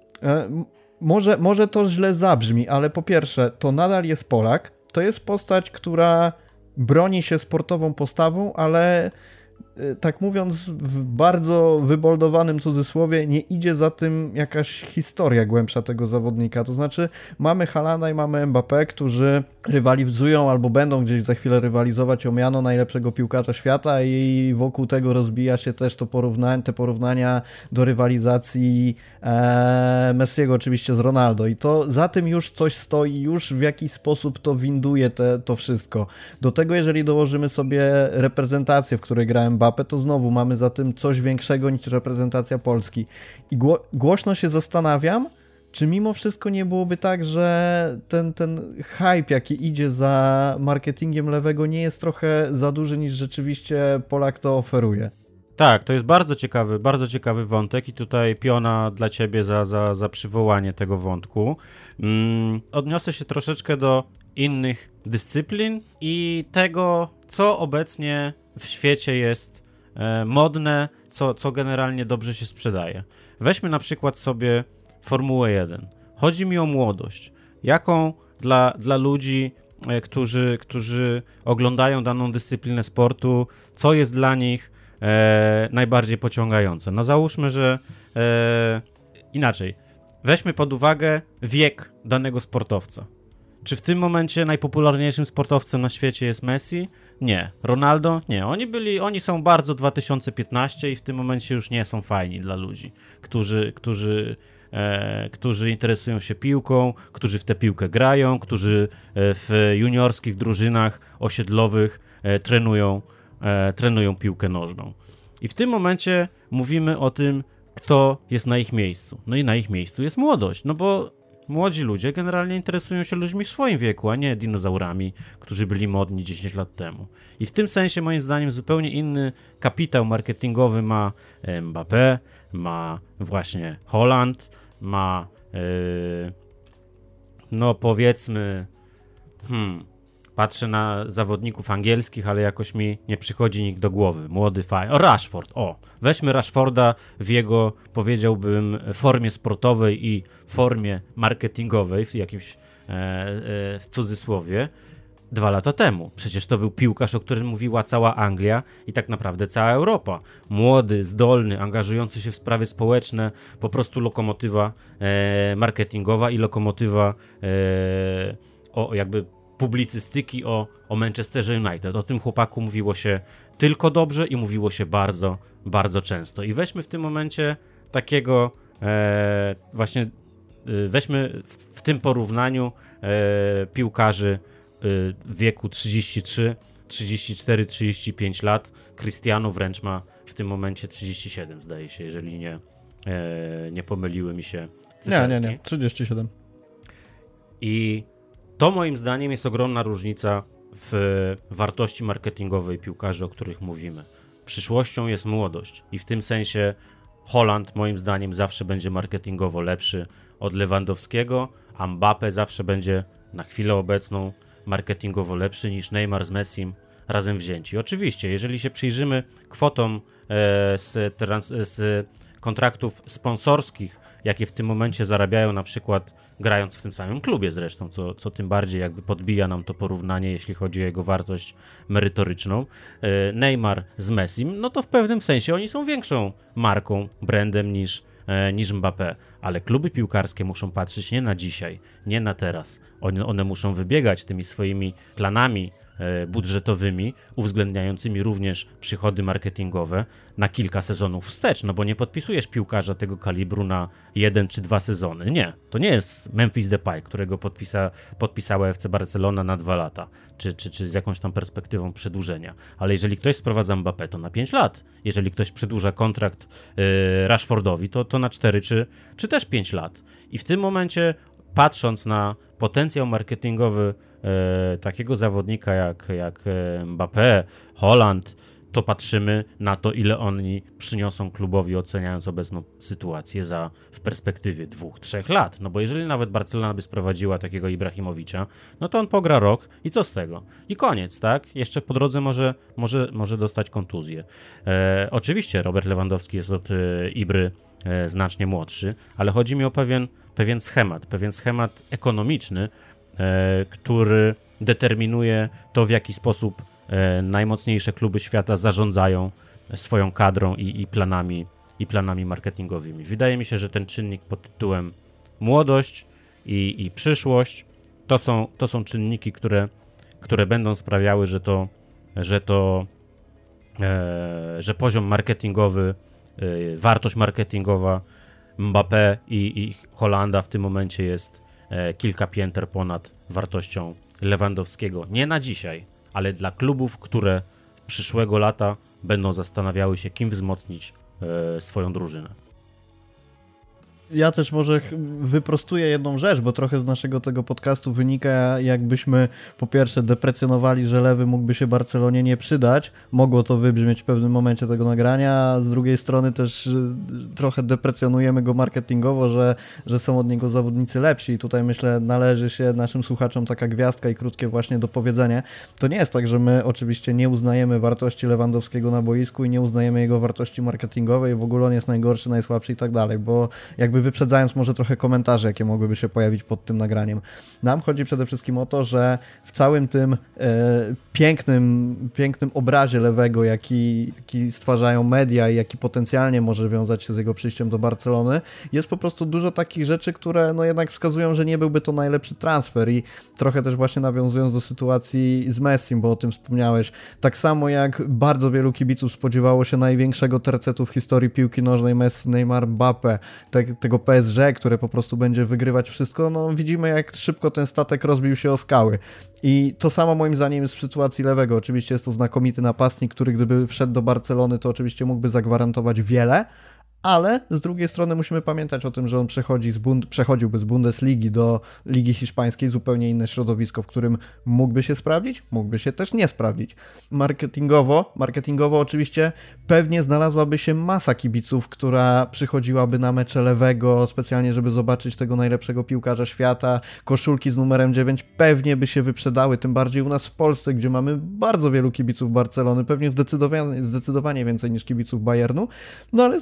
może to źle zabrzmi, ale po pierwsze, to nadal jest Polak, to jest postać, która broni się sportową postawą, ale tak mówiąc w bardzo wyboldowanym cudzysłowie, nie idzie za tym jakaś historia głębsza tego zawodnika. To znaczy mamy Haalanda i mamy Mbappé, którzy rywalizują albo będą gdzieś za chwilę rywalizować o miano najlepszego piłkarza świata i wokół tego rozbija się też te porównania do rywalizacji Messiego oczywiście z Ronaldo i to za tym już coś stoi, już w jakiś sposób to winduje to wszystko. Do tego jeżeli dołożymy sobie reprezentację, w której gra Mbappé, to znowu mamy za tym coś większego niż reprezentacja Polski. I głośno się zastanawiam, czy mimo wszystko nie byłoby tak, że ten hype, jaki idzie za marketingiem Lewego, nie jest trochę za duży, niż rzeczywiście Polak to oferuje. Tak, to jest bardzo ciekawy wątek i tutaj piona dla ciebie za przywołanie tego wątku. Odniosę się troszeczkę do innych dyscyplin i tego, co obecnie w świecie jest modne, co generalnie dobrze się sprzedaje. Weźmy na przykład sobie Formułę 1. Chodzi mi o młodość. Jaką dla ludzi, którzy oglądają daną dyscyplinę sportu, co jest dla nich najbardziej pociągające. No załóżmy, że inaczej. Weźmy pod uwagę wiek danego sportowca. Czy w tym momencie najpopularniejszym sportowcem na świecie jest Messi? Nie. Ronaldo? Nie. Oni są bardzo 2015 i w tym momencie już nie są fajni dla ludzi, którzy interesują się piłką, którzy w tę piłkę grają, którzy w juniorskich drużynach osiedlowych trenują piłkę nożną. I w tym momencie mówimy o tym, kto jest na ich miejscu. No i na ich miejscu jest młodość, no bo młodzi ludzie generalnie interesują się ludźmi w swoim wieku, a nie dinozaurami, którzy byli modni 10 lat temu. I w tym sensie moim zdaniem zupełnie inny kapitał marketingowy ma Mbappé, ma właśnie Haaland, ma no powiedzmy patrzę na zawodników angielskich, ale jakoś mi nie przychodzi nikt do głowy. Młody, fajny. O, Rashford, weźmy Rashforda w jego, powiedziałbym, formie sportowej i formie marketingowej, w jakimś w cudzysłowie, 2 lata temu. Przecież to był piłkarz, o którym mówiła cała Anglia i tak naprawdę cała Europa. Młody, zdolny, angażujący się w sprawy społeczne, po prostu lokomotywa marketingowa i lokomotywa jakby publicystyki o Manchesterze United. O tym chłopaku mówiło się tylko dobrze i mówiło się bardzo, bardzo często. I weźmy w tym momencie takiego właśnie, weźmy w tym porównaniu piłkarzy w wieku 33, 34, 35 lat. Cristiano wręcz ma w tym momencie 37, zdaje się, jeżeli nie pomyliły mi się cyferki. Nie, 37. I to moim zdaniem jest ogromna różnica w wartości marketingowej piłkarzy, o których mówimy. Przyszłością jest młodość i w tym sensie Haaland moim zdaniem zawsze będzie marketingowo lepszy od Lewandowskiego, a Mbappé zawsze będzie na chwilę obecną marketingowo lepszy niż Neymar z Messim razem wzięci. Oczywiście, jeżeli się przyjrzymy kwotom z kontraktów sponsorskich, jakie w tym momencie zarabiają, na przykład grając w tym samym klubie zresztą, co tym bardziej jakby podbija nam to porównanie, jeśli chodzi o jego wartość merytoryczną, Neymar z Messim, no to w pewnym sensie oni są większą marką, brandem niż Mbappé, ale kluby piłkarskie muszą patrzeć nie na dzisiaj, nie na teraz. One muszą wybiegać tymi swoimi planami budżetowymi, uwzględniającymi również przychody marketingowe na kilka sezonów wstecz, no bo nie podpisujesz piłkarza tego kalibru na 1 czy 2 sezony. Nie, to nie jest Memphis Depay, którego podpisała FC Barcelona na 2 lata, czy z jakąś tam perspektywą przedłużenia. Ale jeżeli ktoś sprowadza Mbappé, to na 5 lat. Jeżeli ktoś przedłuża kontrakt Rashfordowi, to na 4 czy też 5 lat. I w tym momencie, patrząc na potencjał marketingowy takiego zawodnika jak Mbappé, Haaland, to patrzymy na to, ile oni przyniosą klubowi, oceniając obecną sytuację w perspektywie 2-3 lat. No bo jeżeli nawet Barcelona by sprowadziła takiego Ibrahimowicza, no to on pogra rok i co z tego? I koniec, tak? Jeszcze po drodze może dostać kontuzję. Oczywiście Robert Lewandowski jest od Ibry znacznie młodszy, ale chodzi mi o pewien schemat ekonomiczny, który determinuje to, w jaki sposób najmocniejsze kluby świata zarządzają swoją kadrą i planami marketingowymi. Wydaje mi się, że ten czynnik pod tytułem młodość i przyszłość to są czynniki, które będą sprawiały, że poziom marketingowy, wartość marketingowa Mbappé i Hollanda w tym momencie jest kilka pięter ponad wartością Lewandowskiego. Nie na dzisiaj, ale dla klubów, które przyszłego lata będą zastanawiały się, kim wzmocnić swoją drużynę. Ja też może wyprostuję jedną rzecz, bo trochę z naszego tego podcastu wynika, jakbyśmy po pierwsze deprecjonowali, że lewy mógłby się Barcelonie nie przydać. Mogło to wybrzmieć w pewnym momencie tego nagrania, a z drugiej strony też trochę deprecjonujemy go marketingowo, że są od niego zawodnicy lepsi. I tutaj myślę, należy się naszym słuchaczom taka gwiazdka i krótkie właśnie dopowiedzenie. To nie jest tak, że my oczywiście nie uznajemy wartości Lewandowskiego na boisku i nie uznajemy jego wartości marketingowej, w ogóle on jest najgorszy, najsłabszy i tak dalej, bo jakby wyprzedzając może trochę komentarzy, jakie mogłyby się pojawić pod tym nagraniem. Nam chodzi przede wszystkim o to, że w całym tym pięknym obrazie lewego, jaki stwarzają media i jaki potencjalnie może wiązać się z jego przyjściem do Barcelony, jest po prostu dużo takich rzeczy, które no jednak wskazują, że nie byłby to najlepszy transfer i trochę też właśnie nawiązując do sytuacji z Messim, bo o tym wspomniałeś, tak samo jak bardzo wielu kibiców spodziewało się największego tercetu w historii piłki nożnej Messi, Neymar, Mbappé, tego PSG, które po prostu będzie wygrywać wszystko, no widzimy jak szybko ten statek rozbił się o skały. I to samo moim zdaniem jest w sytuacji lewego. Oczywiście jest to znakomity napastnik, który gdyby wszedł do Barcelony, to oczywiście mógłby zagwarantować wiele, ale z drugiej strony musimy pamiętać o tym, że on przechodziłby z Bundesligi do Ligi Hiszpańskiej, zupełnie inne środowisko, w którym mógłby się sprawdzić, mógłby się też nie sprawdzić. Marketingowo oczywiście pewnie znalazłaby się masa kibiców, która przychodziłaby na mecze lewego specjalnie, żeby zobaczyć tego najlepszego piłkarza świata. Koszulki z numerem 9 pewnie by się wyprzedały, tym bardziej u nas w Polsce, gdzie mamy bardzo wielu kibiców Barcelony, pewnie zdecydowanie więcej niż kibiców Bayernu, no ale z drugiej strony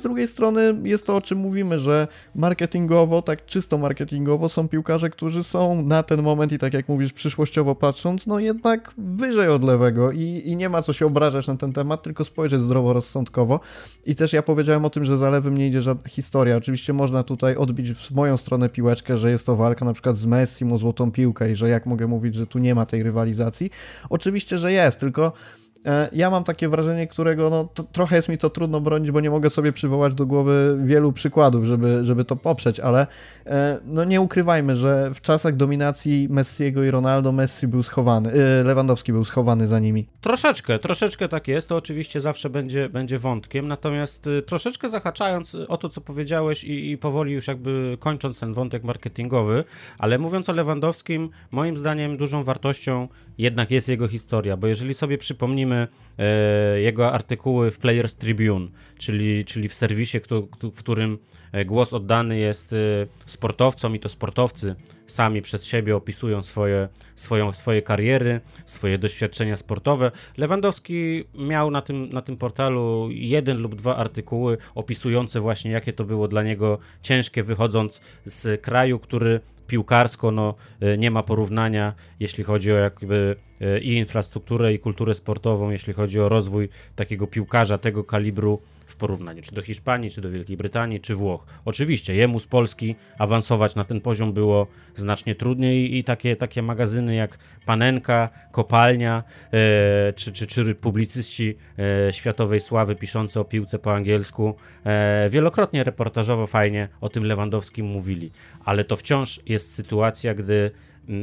strony jest to, o czym mówimy, że marketingowo, tak czysto marketingowo są piłkarze, którzy są na ten moment i tak jak mówisz, przyszłościowo patrząc, no jednak wyżej od lewego i nie ma co się obrażać na ten temat, tylko spojrzeć zdroworozsądkowo. I też ja powiedziałem o tym, że za lewym nie idzie żadna historia. Oczywiście można tutaj odbić w moją stronę piłeczkę, że jest to walka na przykład z Messim o złotą piłkę i że jak mogę mówić, że tu nie ma tej rywalizacji. Oczywiście, że jest, tylko ja mam takie wrażenie, którego no, trochę jest mi to trudno bronić, bo nie mogę sobie przywołać do głowy wielu przykładów, żeby to poprzeć, ale no nie ukrywajmy, że w czasach dominacji Messiego i Ronaldo Messi był schowany, Lewandowski był schowany za nimi. Troszeczkę tak jest, to oczywiście zawsze będzie wątkiem, natomiast troszeczkę zahaczając o to, co powiedziałeś i powoli już jakby kończąc ten wątek marketingowy, ale mówiąc o Lewandowskim, moim zdaniem dużą wartością jednak jest jego historia, bo jeżeli sobie przypomnimy jego artykuły w Players Tribune, czyli w serwisie, w którym głos oddany jest sportowcom i to sportowcy sami przez siebie opisują swoje kariery, swoje doświadczenia sportowe. Lewandowski miał na tym portalu 1 lub 2 artykuły opisujące właśnie, jakie to było dla niego ciężkie, wychodząc z kraju, który piłkarsko nie ma porównania, jeśli chodzi o jakby i infrastrukturę, i kulturę sportową, jeśli chodzi o rozwój takiego piłkarza tego kalibru w porównaniu czy do Hiszpanii, czy do Wielkiej Brytanii, czy Włoch. Oczywiście jemu z Polski awansować na ten poziom było znacznie trudniej i takie magazyny jak Panenka, Kopalnia, czy publicyści światowej sławy piszący o piłce po angielsku wielokrotnie reportażowo fajnie o tym Lewandowskim mówili, ale to wciąż jest sytuacja, gdy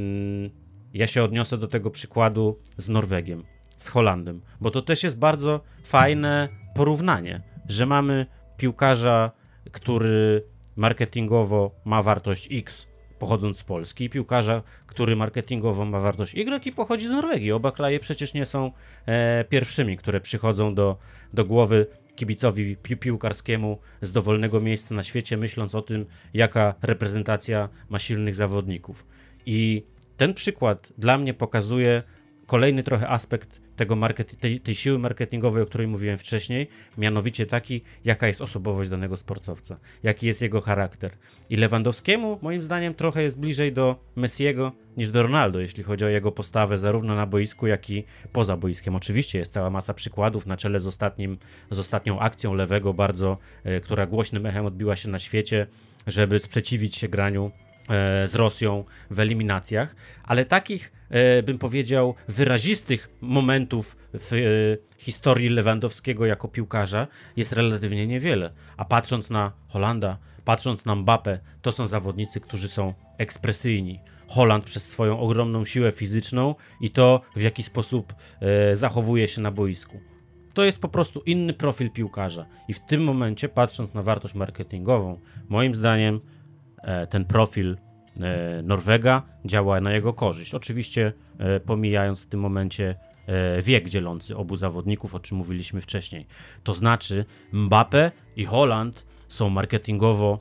ja się odniosę do tego przykładu z Norwegiem, z Holandem, bo to też jest bardzo fajne porównanie, że mamy piłkarza, który marketingowo ma wartość X, pochodząc z Polski, i piłkarza, który marketingowo ma wartość Y i pochodzi z Norwegii. Oba kraje przecież nie są pierwszymi, które przychodzą do głowy kibicowi piłkarskiemu z dowolnego miejsca na świecie, myśląc o tym, jaka reprezentacja ma silnych zawodników. I ten przykład dla mnie pokazuje kolejny trochę aspekt tej siły marketingowej, o której mówiłem wcześniej, mianowicie taki, jaka jest osobowość danego sportowca, jaki jest jego charakter. I Lewandowskiemu, moim zdaniem, trochę jest bliżej do Messiego niż do Ronaldo, jeśli chodzi o jego postawę zarówno na boisku, jak i poza boiskiem. Oczywiście jest cała masa przykładów, na czele z ostatnią akcją lewego bardzo, która głośnym echem odbiła się na świecie, żeby sprzeciwić się graniu z Rosją w eliminacjach, ale takich, bym powiedział, wyrazistych momentów w historii Lewandowskiego jako piłkarza jest relatywnie niewiele. A patrząc na Holanda, patrząc na Mbappé, to są zawodnicy, którzy są ekspresyjni. Holland przez swoją ogromną siłę fizyczną i to, w jaki sposób zachowuje się na boisku. To jest po prostu inny profil piłkarza. I w tym momencie, patrząc na wartość marketingową, moim zdaniem ten profil Norwega działa na jego korzyść. Oczywiście pomijając w tym momencie wiek dzielący obu zawodników, o czym mówiliśmy wcześniej. To znaczy Mbappé i Holland są marketingowo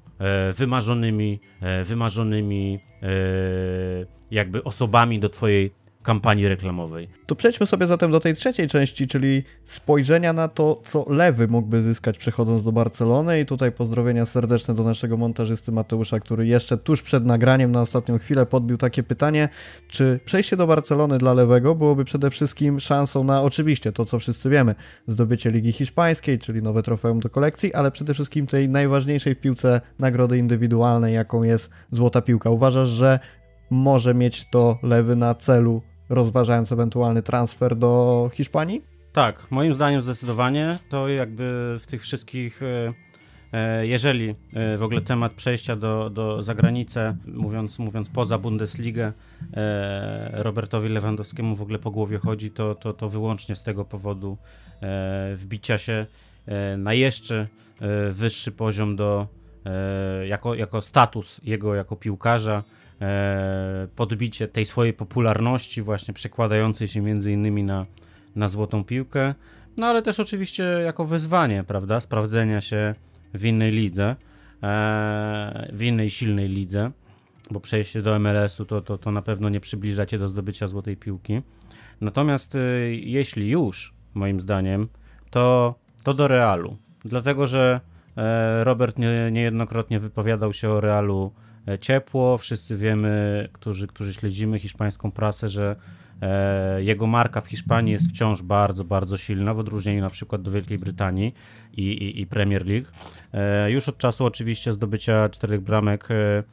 wymarzonymi jakby osobami do twojej kampanii reklamowej. To przejdźmy sobie zatem do tej trzeciej części, czyli spojrzenia na to, co lewy mógłby zyskać przechodząc do Barcelony i tutaj pozdrowienia serdeczne do naszego montażysty Mateusza, który jeszcze tuż przed nagraniem na ostatnią chwilę podbił takie pytanie, czy przejście do Barcelony dla lewego byłoby przede wszystkim szansą na, oczywiście to co wszyscy wiemy, zdobycie Ligi Hiszpańskiej, czyli nowe trofeum do kolekcji, ale przede wszystkim tej najważniejszej w piłce nagrody indywidualnej, jaką jest złota piłka. Uważasz, że może mieć to lewy na celu, rozważając ewentualny transfer do Hiszpanii? Tak, moim zdaniem zdecydowanie. To jakby w tych wszystkich, jeżeli w ogóle temat przejścia do zagranicę, mówiąc poza Bundesligę, Robertowi Lewandowskiemu w ogóle po głowie chodzi, to wyłącznie z tego powodu wbicia się na jeszcze wyższy poziom jako status jego jako piłkarza, podbicie tej swojej popularności właśnie przekładającej się między innymi na złotą piłkę, no ale też oczywiście jako wyzwanie, prawda, sprawdzenia się w innej lidze, w innej silnej lidze, bo przejście do MLS-u to na pewno nie przybliża cię do zdobycia złotej piłki. Natomiast jeśli już, moim zdaniem, to do Realu, dlatego że Robert niejednokrotnie wypowiadał się o Realu ciepło. Wszyscy wiemy, którzy śledzimy hiszpańską prasę, że jego marka w Hiszpanii jest wciąż bardzo, bardzo silna, w odróżnieniu na przykład do Wielkiej Brytanii i Premier League. Już od czasu oczywiście zdobycia 4 bramek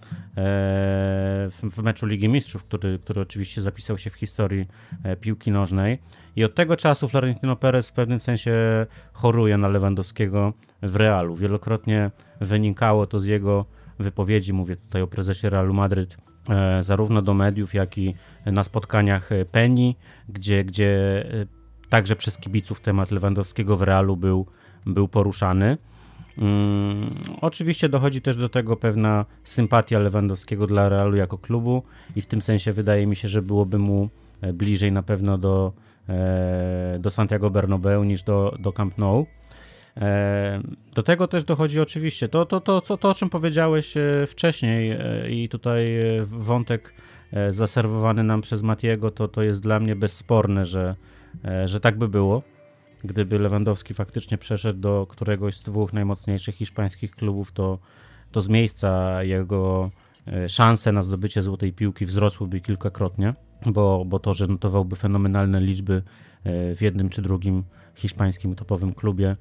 w meczu Ligi Mistrzów, który oczywiście zapisał się w historii piłki nożnej. I od tego czasu Florentino Perez w pewnym sensie choruje na Lewandowskiego w Realu. Wielokrotnie wynikało to z jego wypowiedzi, mówię tutaj o prezesie Realu Madryt, zarówno do mediów, jak i na spotkaniach Penny, gdzie także przez kibiców temat Lewandowskiego w Realu był poruszany. Oczywiście dochodzi też do tego pewna sympatia Lewandowskiego dla Realu jako klubu i w tym sensie wydaje mi się, że byłoby mu bliżej na pewno do Santiago Bernabeu niż do Camp Nou. Do tego też dochodzi oczywiście to, o czym powiedziałeś wcześniej i tutaj wątek zaserwowany nam przez Matiego, to jest dla mnie bezsporne, że tak by było, gdyby Lewandowski faktycznie przeszedł do któregoś z 2 najmocniejszych hiszpańskich klubów, to z miejsca jego szanse na zdobycie złotej piłki wzrosłyby kilkakrotnie, bo to, że notowałby fenomenalne liczby w jednym czy drugim hiszpańskim topowym klubie,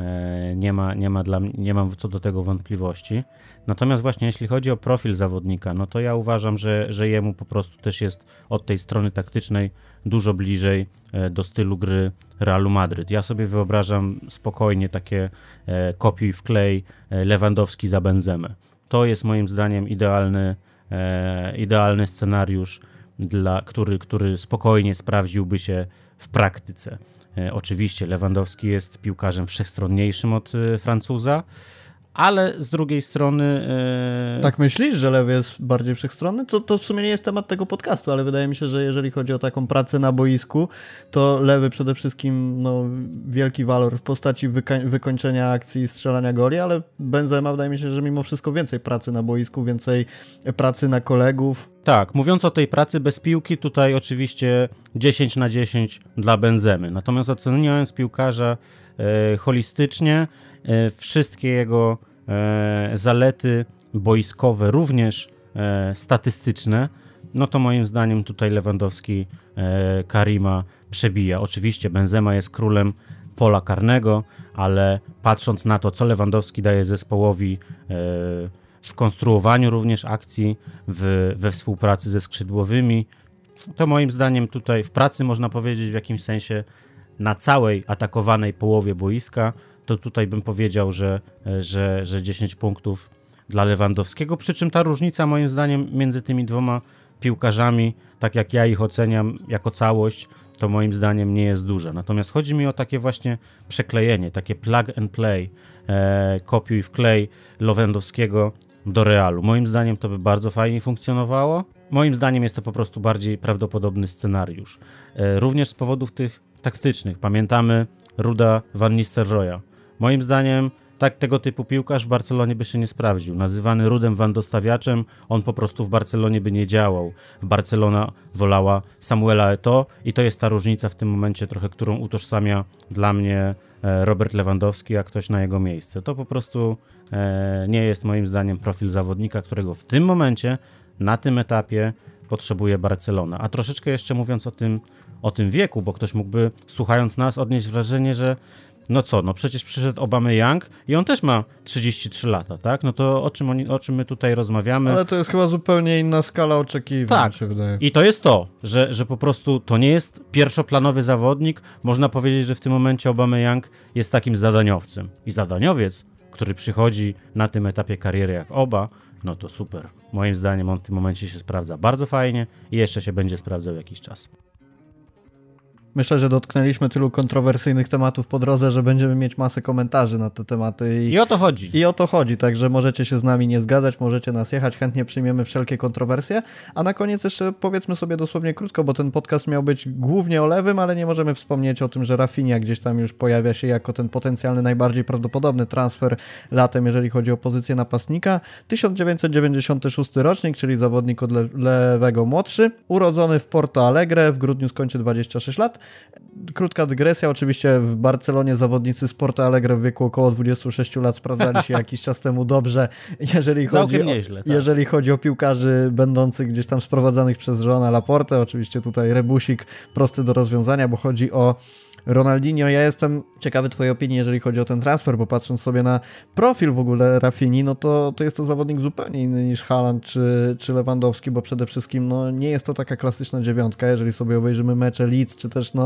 nie mam co do tego wątpliwości. Natomiast właśnie jeśli chodzi o profil zawodnika, no to ja uważam, że jemu po prostu też jest od tej strony taktycznej dużo bliżej do stylu gry Realu Madryt. Ja sobie wyobrażam spokojnie takie kopiuj wklej Lewandowski za Benzemę. To jest moim zdaniem idealny scenariusz, który spokojnie sprawdziłby się w praktyce. Oczywiście Lewandowski jest piłkarzem wszechstronniejszym od Francuza, ale z drugiej strony... Tak myślisz, że Lewy jest bardziej wszechstronny? To w sumie nie jest temat tego podcastu, ale wydaje mi się, że jeżeli chodzi o taką pracę na boisku, to Lewy przede wszystkim wielki walor w postaci wykończenia akcji i strzelania goli, ale Benzema wydaje mi się, że mimo wszystko więcej pracy na boisku, więcej pracy na kolegów. Tak, mówiąc o tej pracy bez piłki, tutaj oczywiście 10/10 dla Benzemy. Natomiast oceniając piłkarza holistycznie, wszystkie jego zalety boiskowe, również statystyczne, no to moim zdaniem tutaj Lewandowski Karima przebija. Oczywiście Benzema jest królem pola karnego, ale patrząc na to, co Lewandowski daje zespołowi w konstruowaniu również akcji, we współpracy ze skrzydłowymi, to moim zdaniem tutaj w pracy można powiedzieć w jakimś sensie na całej atakowanej połowie boiska, to tutaj bym powiedział, że 10 punktów dla Lewandowskiego, przy czym ta różnica moim zdaniem między tymi 2 piłkarzami, tak jak ja ich oceniam jako całość, to moim zdaniem nie jest duża. Natomiast chodzi mi o takie właśnie przeklejenie, takie plug and play, kopiuj wklej Lewandowskiego do Realu. Moim zdaniem to by bardzo fajnie funkcjonowało. Moim zdaniem jest to po prostu bardziej prawdopodobny scenariusz. Również z powodów tych taktycznych. Pamiętamy Ruda Van Nistelrooya. Moim zdaniem tego typu piłkarz w Barcelonie by się nie sprawdził. Nazywany Rudem Wandostawiaczem, on po prostu w Barcelonie by nie działał. Barcelona wolała Samuela Eto'o i to jest ta różnica w tym momencie trochę, którą utożsamia dla mnie Robert Lewandowski, a ktoś na jego miejsce. To po prostu nie jest moim zdaniem profil zawodnika, którego w tym momencie, na tym etapie potrzebuje Barcelona. A troszeczkę jeszcze mówiąc o tym wieku, bo ktoś mógłby, słuchając nas, odnieść wrażenie, że przecież przyszedł Aubameyang i on też ma 33 lata, tak? No to o czym my tutaj rozmawiamy? Ale to jest chyba zupełnie inna skala oczekiwań, tak. Mi się wydaje. I to jest to, że po prostu to nie jest pierwszoplanowy zawodnik. Można powiedzieć, że w tym momencie Aubameyang jest takim zadaniowcem. I zadaniowiec, który przychodzi na tym etapie kariery jak Oba, no to super. Moim zdaniem on w tym momencie się sprawdza bardzo fajnie i jeszcze się będzie sprawdzał jakiś czas. Myślę, że dotknęliśmy tylu kontrowersyjnych tematów po drodze, że będziemy mieć masę komentarzy na te tematy. I o to chodzi. I o to chodzi, także możecie się z nami nie zgadzać, możecie nas jechać, chętnie przyjmiemy wszelkie kontrowersje. A na koniec jeszcze powiedzmy sobie dosłownie krótko, bo ten podcast miał być głównie o Lewym, ale nie możemy wspomnieć o tym, że Rafinha gdzieś tam już pojawia się jako ten potencjalny, najbardziej prawdopodobny transfer latem, jeżeli chodzi o pozycję napastnika. 1996 rocznik, czyli zawodnik od lewego młodszy, urodzony w Porto Alegre, w grudniu skończy 26 lat. Krótka dygresja, oczywiście w Barcelonie zawodnicy Sporto Alegre w wieku około 26 lat sprawdzali się jakiś czas temu dobrze, jeżeli chodzi o piłkarzy będących gdzieś tam sprowadzanych przez Joana Laportę. Oczywiście tutaj rebusik prosty do rozwiązania, bo chodzi o Ronaldinho. Ja jestem ciekawy twojej opinii, jeżeli chodzi o ten transfer, bo patrząc sobie na profil w ogóle Rafini, no to jest to zawodnik zupełnie inny niż Haaland czy Lewandowski, bo przede wszystkim no, nie jest to taka klasyczna dziewiątka. Jeżeli sobie obejrzymy mecze Leeds, czy też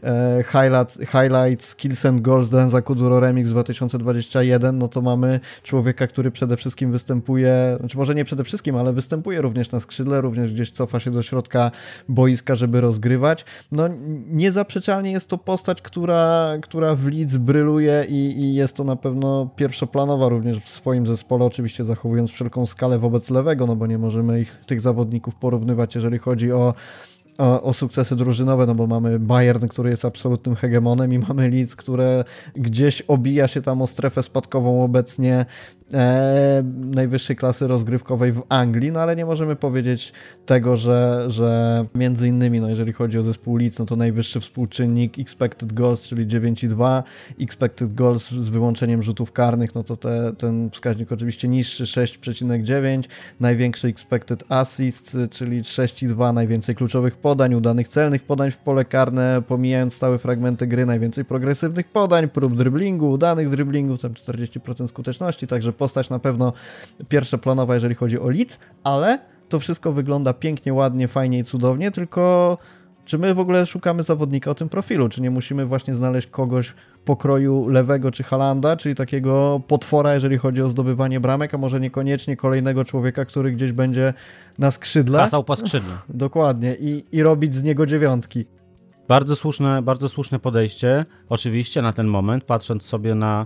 highlights Kills and Goals Denza Kuduro Remix 2021, no to mamy człowieka, który przede wszystkim występuje, znaczy może nie przede wszystkim, ale występuje również na skrzydle, również gdzieś cofa się do środka boiska, żeby rozgrywać. No niezaprzeczalnie jest to postać, która w Leeds bryluje i jest to na pewno pierwszoplanowa również w swoim zespole, oczywiście zachowując wszelką skalę wobec lewego, no bo nie możemy tych zawodników porównywać, jeżeli chodzi o sukcesy drużynowe, no bo mamy Bayern, który jest absolutnym hegemonem i mamy Leeds, które gdzieś obija się tam o strefę spadkową obecnie najwyższej klasy rozgrywkowej w Anglii, no ale nie możemy powiedzieć tego, że między innymi, no jeżeli chodzi o zespół Leeds, no to najwyższy współczynnik expected goals, czyli 9,2, expected goals z wyłączeniem rzutów karnych, no to ten wskaźnik oczywiście niższy, 6,9, największy expected assists, czyli 6,2, najwięcej kluczowych podań, udanych celnych podań w pole karne, pomijając stałe fragmenty gry, najwięcej progresywnych podań, prób driblingu, udanych driblingów, tam 40% skuteczności, także postać na pewno pierwszoplanowa, jeżeli chodzi o Leeds, ale to wszystko wygląda pięknie, ładnie, fajnie i cudownie, tylko czy my w ogóle szukamy zawodnika o tym profilu, czy nie musimy właśnie znaleźć kogoś pokroju lewego czy Haalanda, czyli takiego potwora, jeżeli chodzi o zdobywanie bramek, a może niekoniecznie kolejnego człowieka, który gdzieś będzie na skrzydle. Kasał po skrzydle. Dokładnie i robić z niego dziewiątki. Bardzo słuszne podejście. Oczywiście na ten moment, patrząc sobie na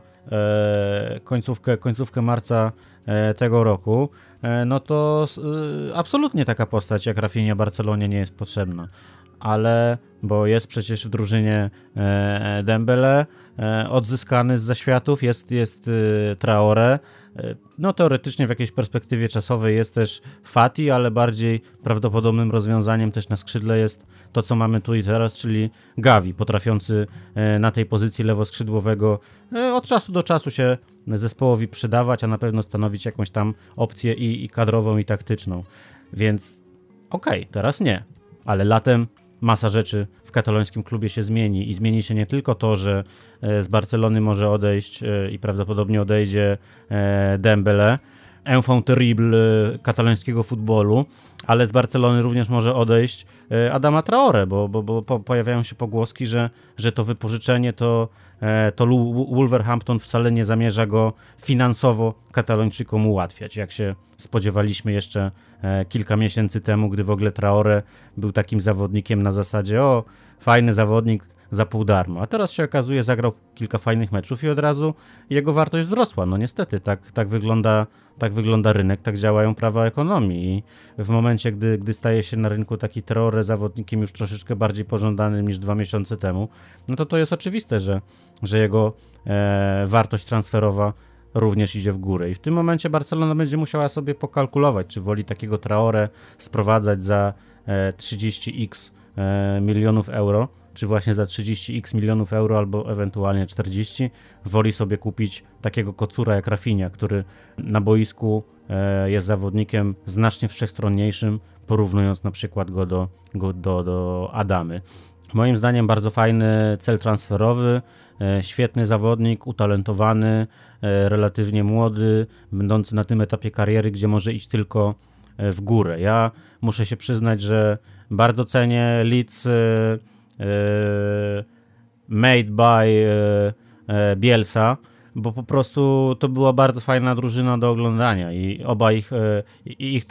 końcówkę marca tego roku, no to absolutnie taka postać jak Rafinha Barcelonie nie jest potrzebna. Ale, bo jest przecież w drużynie Dembele, odzyskany z zaświatów, jest Traoré, no teoretycznie w jakiejś perspektywie czasowej jest też Fati, ale bardziej prawdopodobnym rozwiązaniem też na skrzydle jest to, co mamy tu i teraz, czyli Gavi, potrafiący na tej pozycji lewoskrzydłowego od czasu do czasu się zespołowi przydawać, a na pewno stanowić jakąś tam opcję i kadrową, i taktyczną. Więc okej, teraz nie, ale latem masa rzeczy w katalońskim klubie się zmieni i zmieni się nie tylko to, że z Barcelony może odejść i prawdopodobnie odejdzie Dembele, enfant terrible katalońskiego futbolu, ale z Barcelony również może odejść Adama Traoré, bo pojawiają się pogłoski, że to wypożyczenie to Wolverhampton wcale nie zamierza go finansowo Katalończykom ułatwiać, jak się spodziewaliśmy jeszcze kilka miesięcy temu, gdy w ogóle Traoré był takim zawodnikiem na zasadzie fajny zawodnik za pół darmo, a teraz się okazuje, zagrał kilka fajnych meczów i od razu jego wartość wzrosła. No niestety, tak wygląda rynek, tak działają prawa ekonomii i w momencie, gdy staje się na rynku taki Traoré zawodnikiem już troszeczkę bardziej pożądanym niż 2 miesiące temu, no to jest oczywiste, że jego wartość transferowa również idzie w górę. I w tym momencie Barcelona będzie musiała sobie pokalkulować, czy woli takiego Traoré sprowadzać za 30x milionów euro, czy właśnie za 30x milionów euro, albo ewentualnie 40, woli sobie kupić takiego kocura jak Rafinha, który na boisku jest zawodnikiem znacznie wszechstronniejszym, porównując na przykład go do Adamy. Moim zdaniem bardzo fajny cel transferowy, świetny zawodnik, utalentowany, relatywnie młody, będący na tym etapie kariery, gdzie może iść tylko w górę. Ja muszę się przyznać, że bardzo cenię Leeds made by Bielsa, bo po prostu to była bardzo fajna drużyna do oglądania i oba ich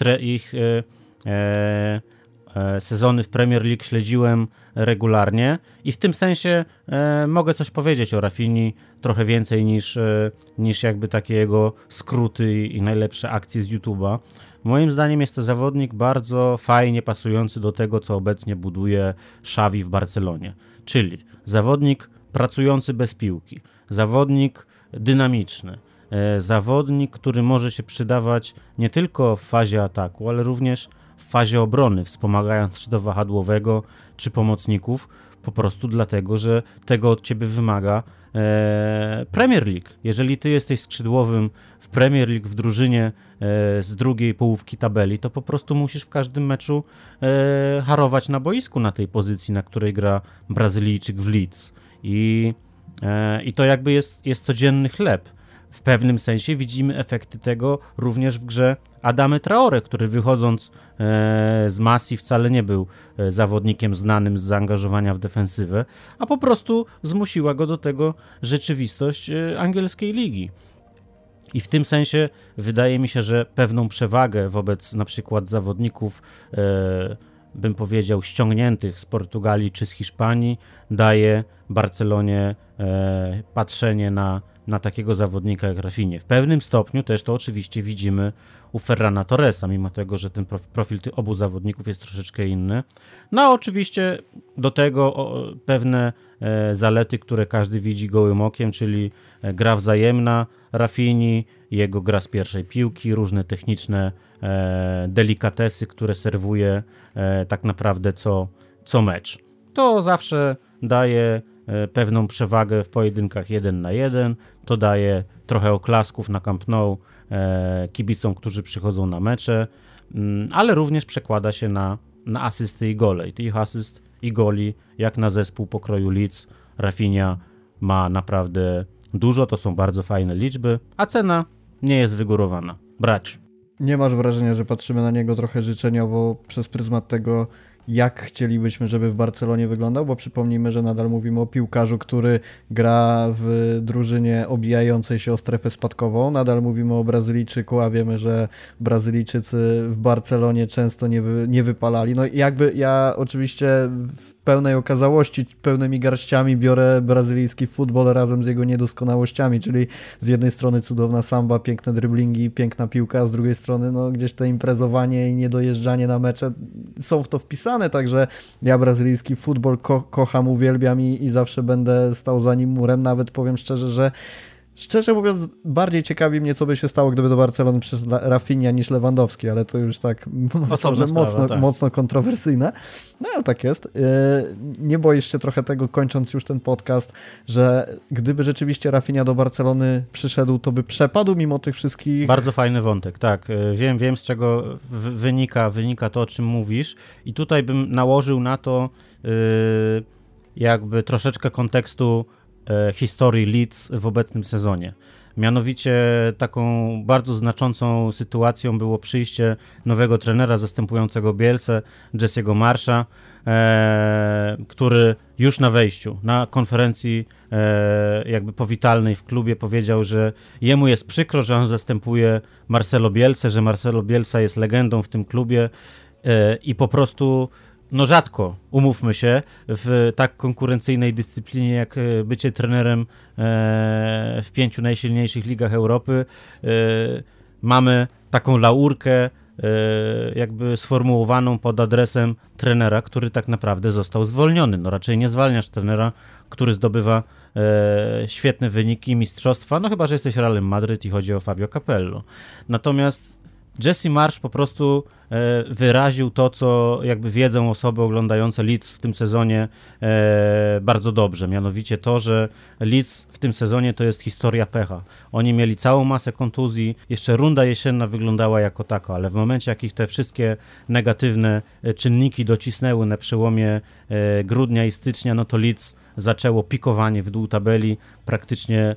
sezony w Premier League śledziłem regularnie i w tym sensie mogę coś powiedzieć o Rafini, trochę więcej niż jakby takie jego skróty i najlepsze akcje z YouTube'a. Moim zdaniem jest to zawodnik bardzo fajnie pasujący do tego, co obecnie buduje Xavi w Barcelonie, czyli zawodnik pracujący bez piłki, zawodnik dynamiczny, zawodnik, który może się przydawać nie tylko w fazie ataku, ale również w fazie obrony, wspomagając czy to wahadłowego, czy pomocników, po prostu dlatego, że tego od ciebie wymaga Premier League. Jeżeli ty jesteś skrzydłowym w Premier League w drużynie z drugiej połówki tabeli, to po prostu musisz w każdym meczu harować na boisku na tej pozycji, na której gra Brazylijczyk w Leeds. I to jakby jest codzienny chleb. W pewnym sensie widzimy efekty tego również w grze Adamy Traore, który wychodząc z Masji wcale nie był zawodnikiem znanym z zaangażowania w defensywę, a po prostu zmusiła go do tego rzeczywistość angielskiej ligi. I w tym sensie wydaje mi się, że pewną przewagę wobec na przykład zawodników, bym powiedział, ściągniętych z Portugalii czy z Hiszpanii, daje Barcelonie patrzenie na takiego zawodnika jak Rafinha. W pewnym stopniu też to oczywiście widzimy u Ferrana Torresa, mimo tego, że ten profil tych obu zawodników jest troszeczkę inny. No a oczywiście do tego pewne zalety, które każdy widzi gołym okiem, czyli gra wzajemna Rafinhi, jego gra z pierwszej piłki, różne techniczne delikatesy, które serwuje tak naprawdę co mecz. To zawsze daje pewną przewagę w pojedynkach 1 na 1, to daje trochę oklasków na Camp Nou kibicom, którzy przychodzą na mecze, ale również przekłada się na asysty i gole. I tych asyst i goli, jak na zespół pokroju Leeds, Rafinha ma naprawdę dużo, to są bardzo fajne liczby, a cena nie jest wygórowana. Brać. Nie masz wrażenia, że patrzymy na niego trochę życzeniowo przez pryzmat tego, jak chcielibyśmy, żeby w Barcelonie wyglądał, bo przypomnijmy, że nadal mówimy o piłkarzu, który gra w drużynie obijającej się o strefę spadkową, nadal mówimy o Brazylijczyku, a wiemy, że Brazylijczycy w Barcelonie często nie wypalali. No jakby ja oczywiście w pełnej okazałości, pełnymi garściami biorę brazylijski futbol razem z jego niedoskonałościami, czyli z jednej strony cudowna samba, piękne driblingi, piękna piłka, a z drugiej strony no gdzieś to imprezowanie i niedojeżdżanie na mecze są w to wpisane. Także ja brazylijski futbol kocham, uwielbiam i zawsze będę stał za nim murem. Nawet powiem szczerze, że mówiąc, bardziej ciekawi mnie, co by się stało, gdyby do Barcelony przyszedł Rafinha niż Lewandowski, ale to już tak mocno kontrowersyjne. No ale tak jest. Nie boisz się trochę tego, kończąc już ten podcast, że gdyby rzeczywiście Rafinha do Barcelony przyszedł, to by przepadł mimo tych wszystkich... Bardzo fajny wątek, tak. Wiem z czego wynika to, o czym mówisz i tutaj bym nałożył na to jakby troszeczkę kontekstu historii Leeds w obecnym sezonie. Mianowicie taką bardzo znaczącą sytuacją było przyjście nowego trenera zastępującego Bielsę, Jesse'ego Marsha, który już na wejściu, na konferencji jakby powitalnej w klubie powiedział, że jemu jest przykro, że on zastępuje Marcelo Bielsę, że Marcelo Bielsa jest legendą w tym klubie i po prostu no rzadko, umówmy się, w tak konkurencyjnej dyscyplinie jak bycie trenerem w 5 najsilniejszych ligach Europy mamy taką laurkę jakby sformułowaną pod adresem trenera, który tak naprawdę został zwolniony. No raczej nie zwalniasz trenera, który zdobywa świetne wyniki mistrzostwa, no chyba, że jesteś Realem Madryt i chodzi o Fabio Capello. Natomiast Jesse Marsh po prostu wyraził to, co jakby wiedzą osoby oglądające Leeds w tym sezonie bardzo dobrze. Mianowicie to, że Leeds w tym sezonie to jest historia pecha. Oni mieli całą masę kontuzji, jeszcze runda jesienna wyglądała jako taka, ale w momencie, jak ich te wszystkie negatywne czynniki docisnęły na przełomie grudnia i stycznia, no to Leeds zaczęło pikowanie w dół tabeli praktycznie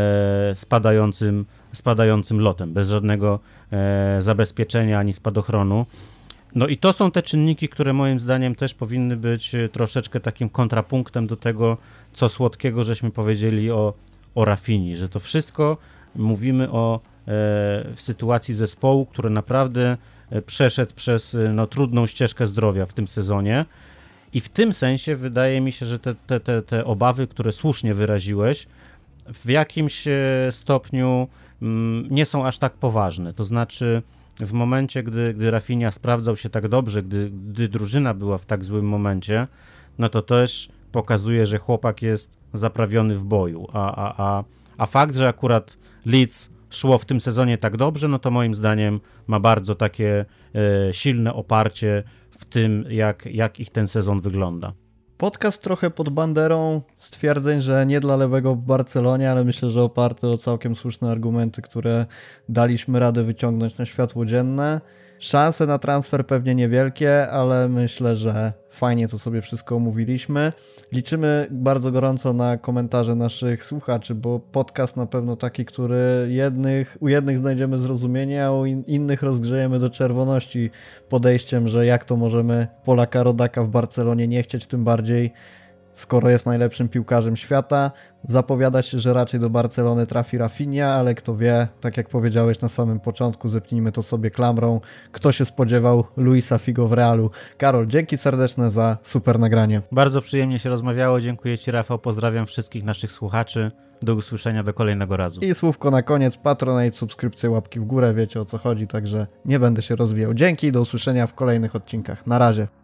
spadającym lotem, bez żadnego zabezpieczenia ani spadochronu. No i to są te czynniki, które moim zdaniem też powinny być troszeczkę takim kontrapunktem do tego, co słodkiego żeśmy powiedzieli o Rafinhi, że to wszystko mówimy w sytuacji zespołu, który naprawdę przeszedł przez trudną ścieżkę zdrowia w tym sezonie. I w tym sensie wydaje mi się, że te obawy, które słusznie wyraziłeś, w jakimś stopniu nie są aż tak poważne. To znaczy w momencie, gdy Rafinha sprawdzał się tak dobrze, gdy drużyna była w tak złym momencie, no to też pokazuje, że chłopak jest zaprawiony w boju. A fakt, że akurat Leeds szło w tym sezonie tak dobrze, no to moim zdaniem ma bardzo takie silne oparcie w tym, jak ich ten sezon wygląda. Podcast trochę pod banderą stwierdzeń, że nie dla lewego w Barcelonie, ale myślę, że oparte o całkiem słuszne argumenty, które daliśmy radę wyciągnąć na światło dzienne. Szanse na transfer pewnie niewielkie, ale myślę, że fajnie to sobie wszystko omówiliśmy. Liczymy bardzo gorąco na komentarze naszych słuchaczy, bo podcast na pewno taki, który u jednych znajdziemy zrozumienie, a u innych rozgrzejemy do czerwoności podejściem, że jak to możemy Polaka rodaka w Barcelonie nie chcieć, tym bardziej skoro jest najlepszym piłkarzem świata. Zapowiada się, że raczej do Barcelony trafi Rafinha, ale kto wie, tak jak powiedziałeś na samym początku, zepnijmy to sobie klamrą. Kto się spodziewał Luisa Figo w Realu? Karol, dzięki serdeczne za super nagranie. Bardzo przyjemnie się rozmawiało, dziękuję Ci, Rafał, pozdrawiam wszystkich naszych słuchaczy. Do usłyszenia, do kolejnego razu. I słówko na koniec, Patronite, subskrypcje, łapki w górę, wiecie o co chodzi, także nie będę się rozwijał. Dzięki, do usłyszenia w kolejnych odcinkach. Na razie.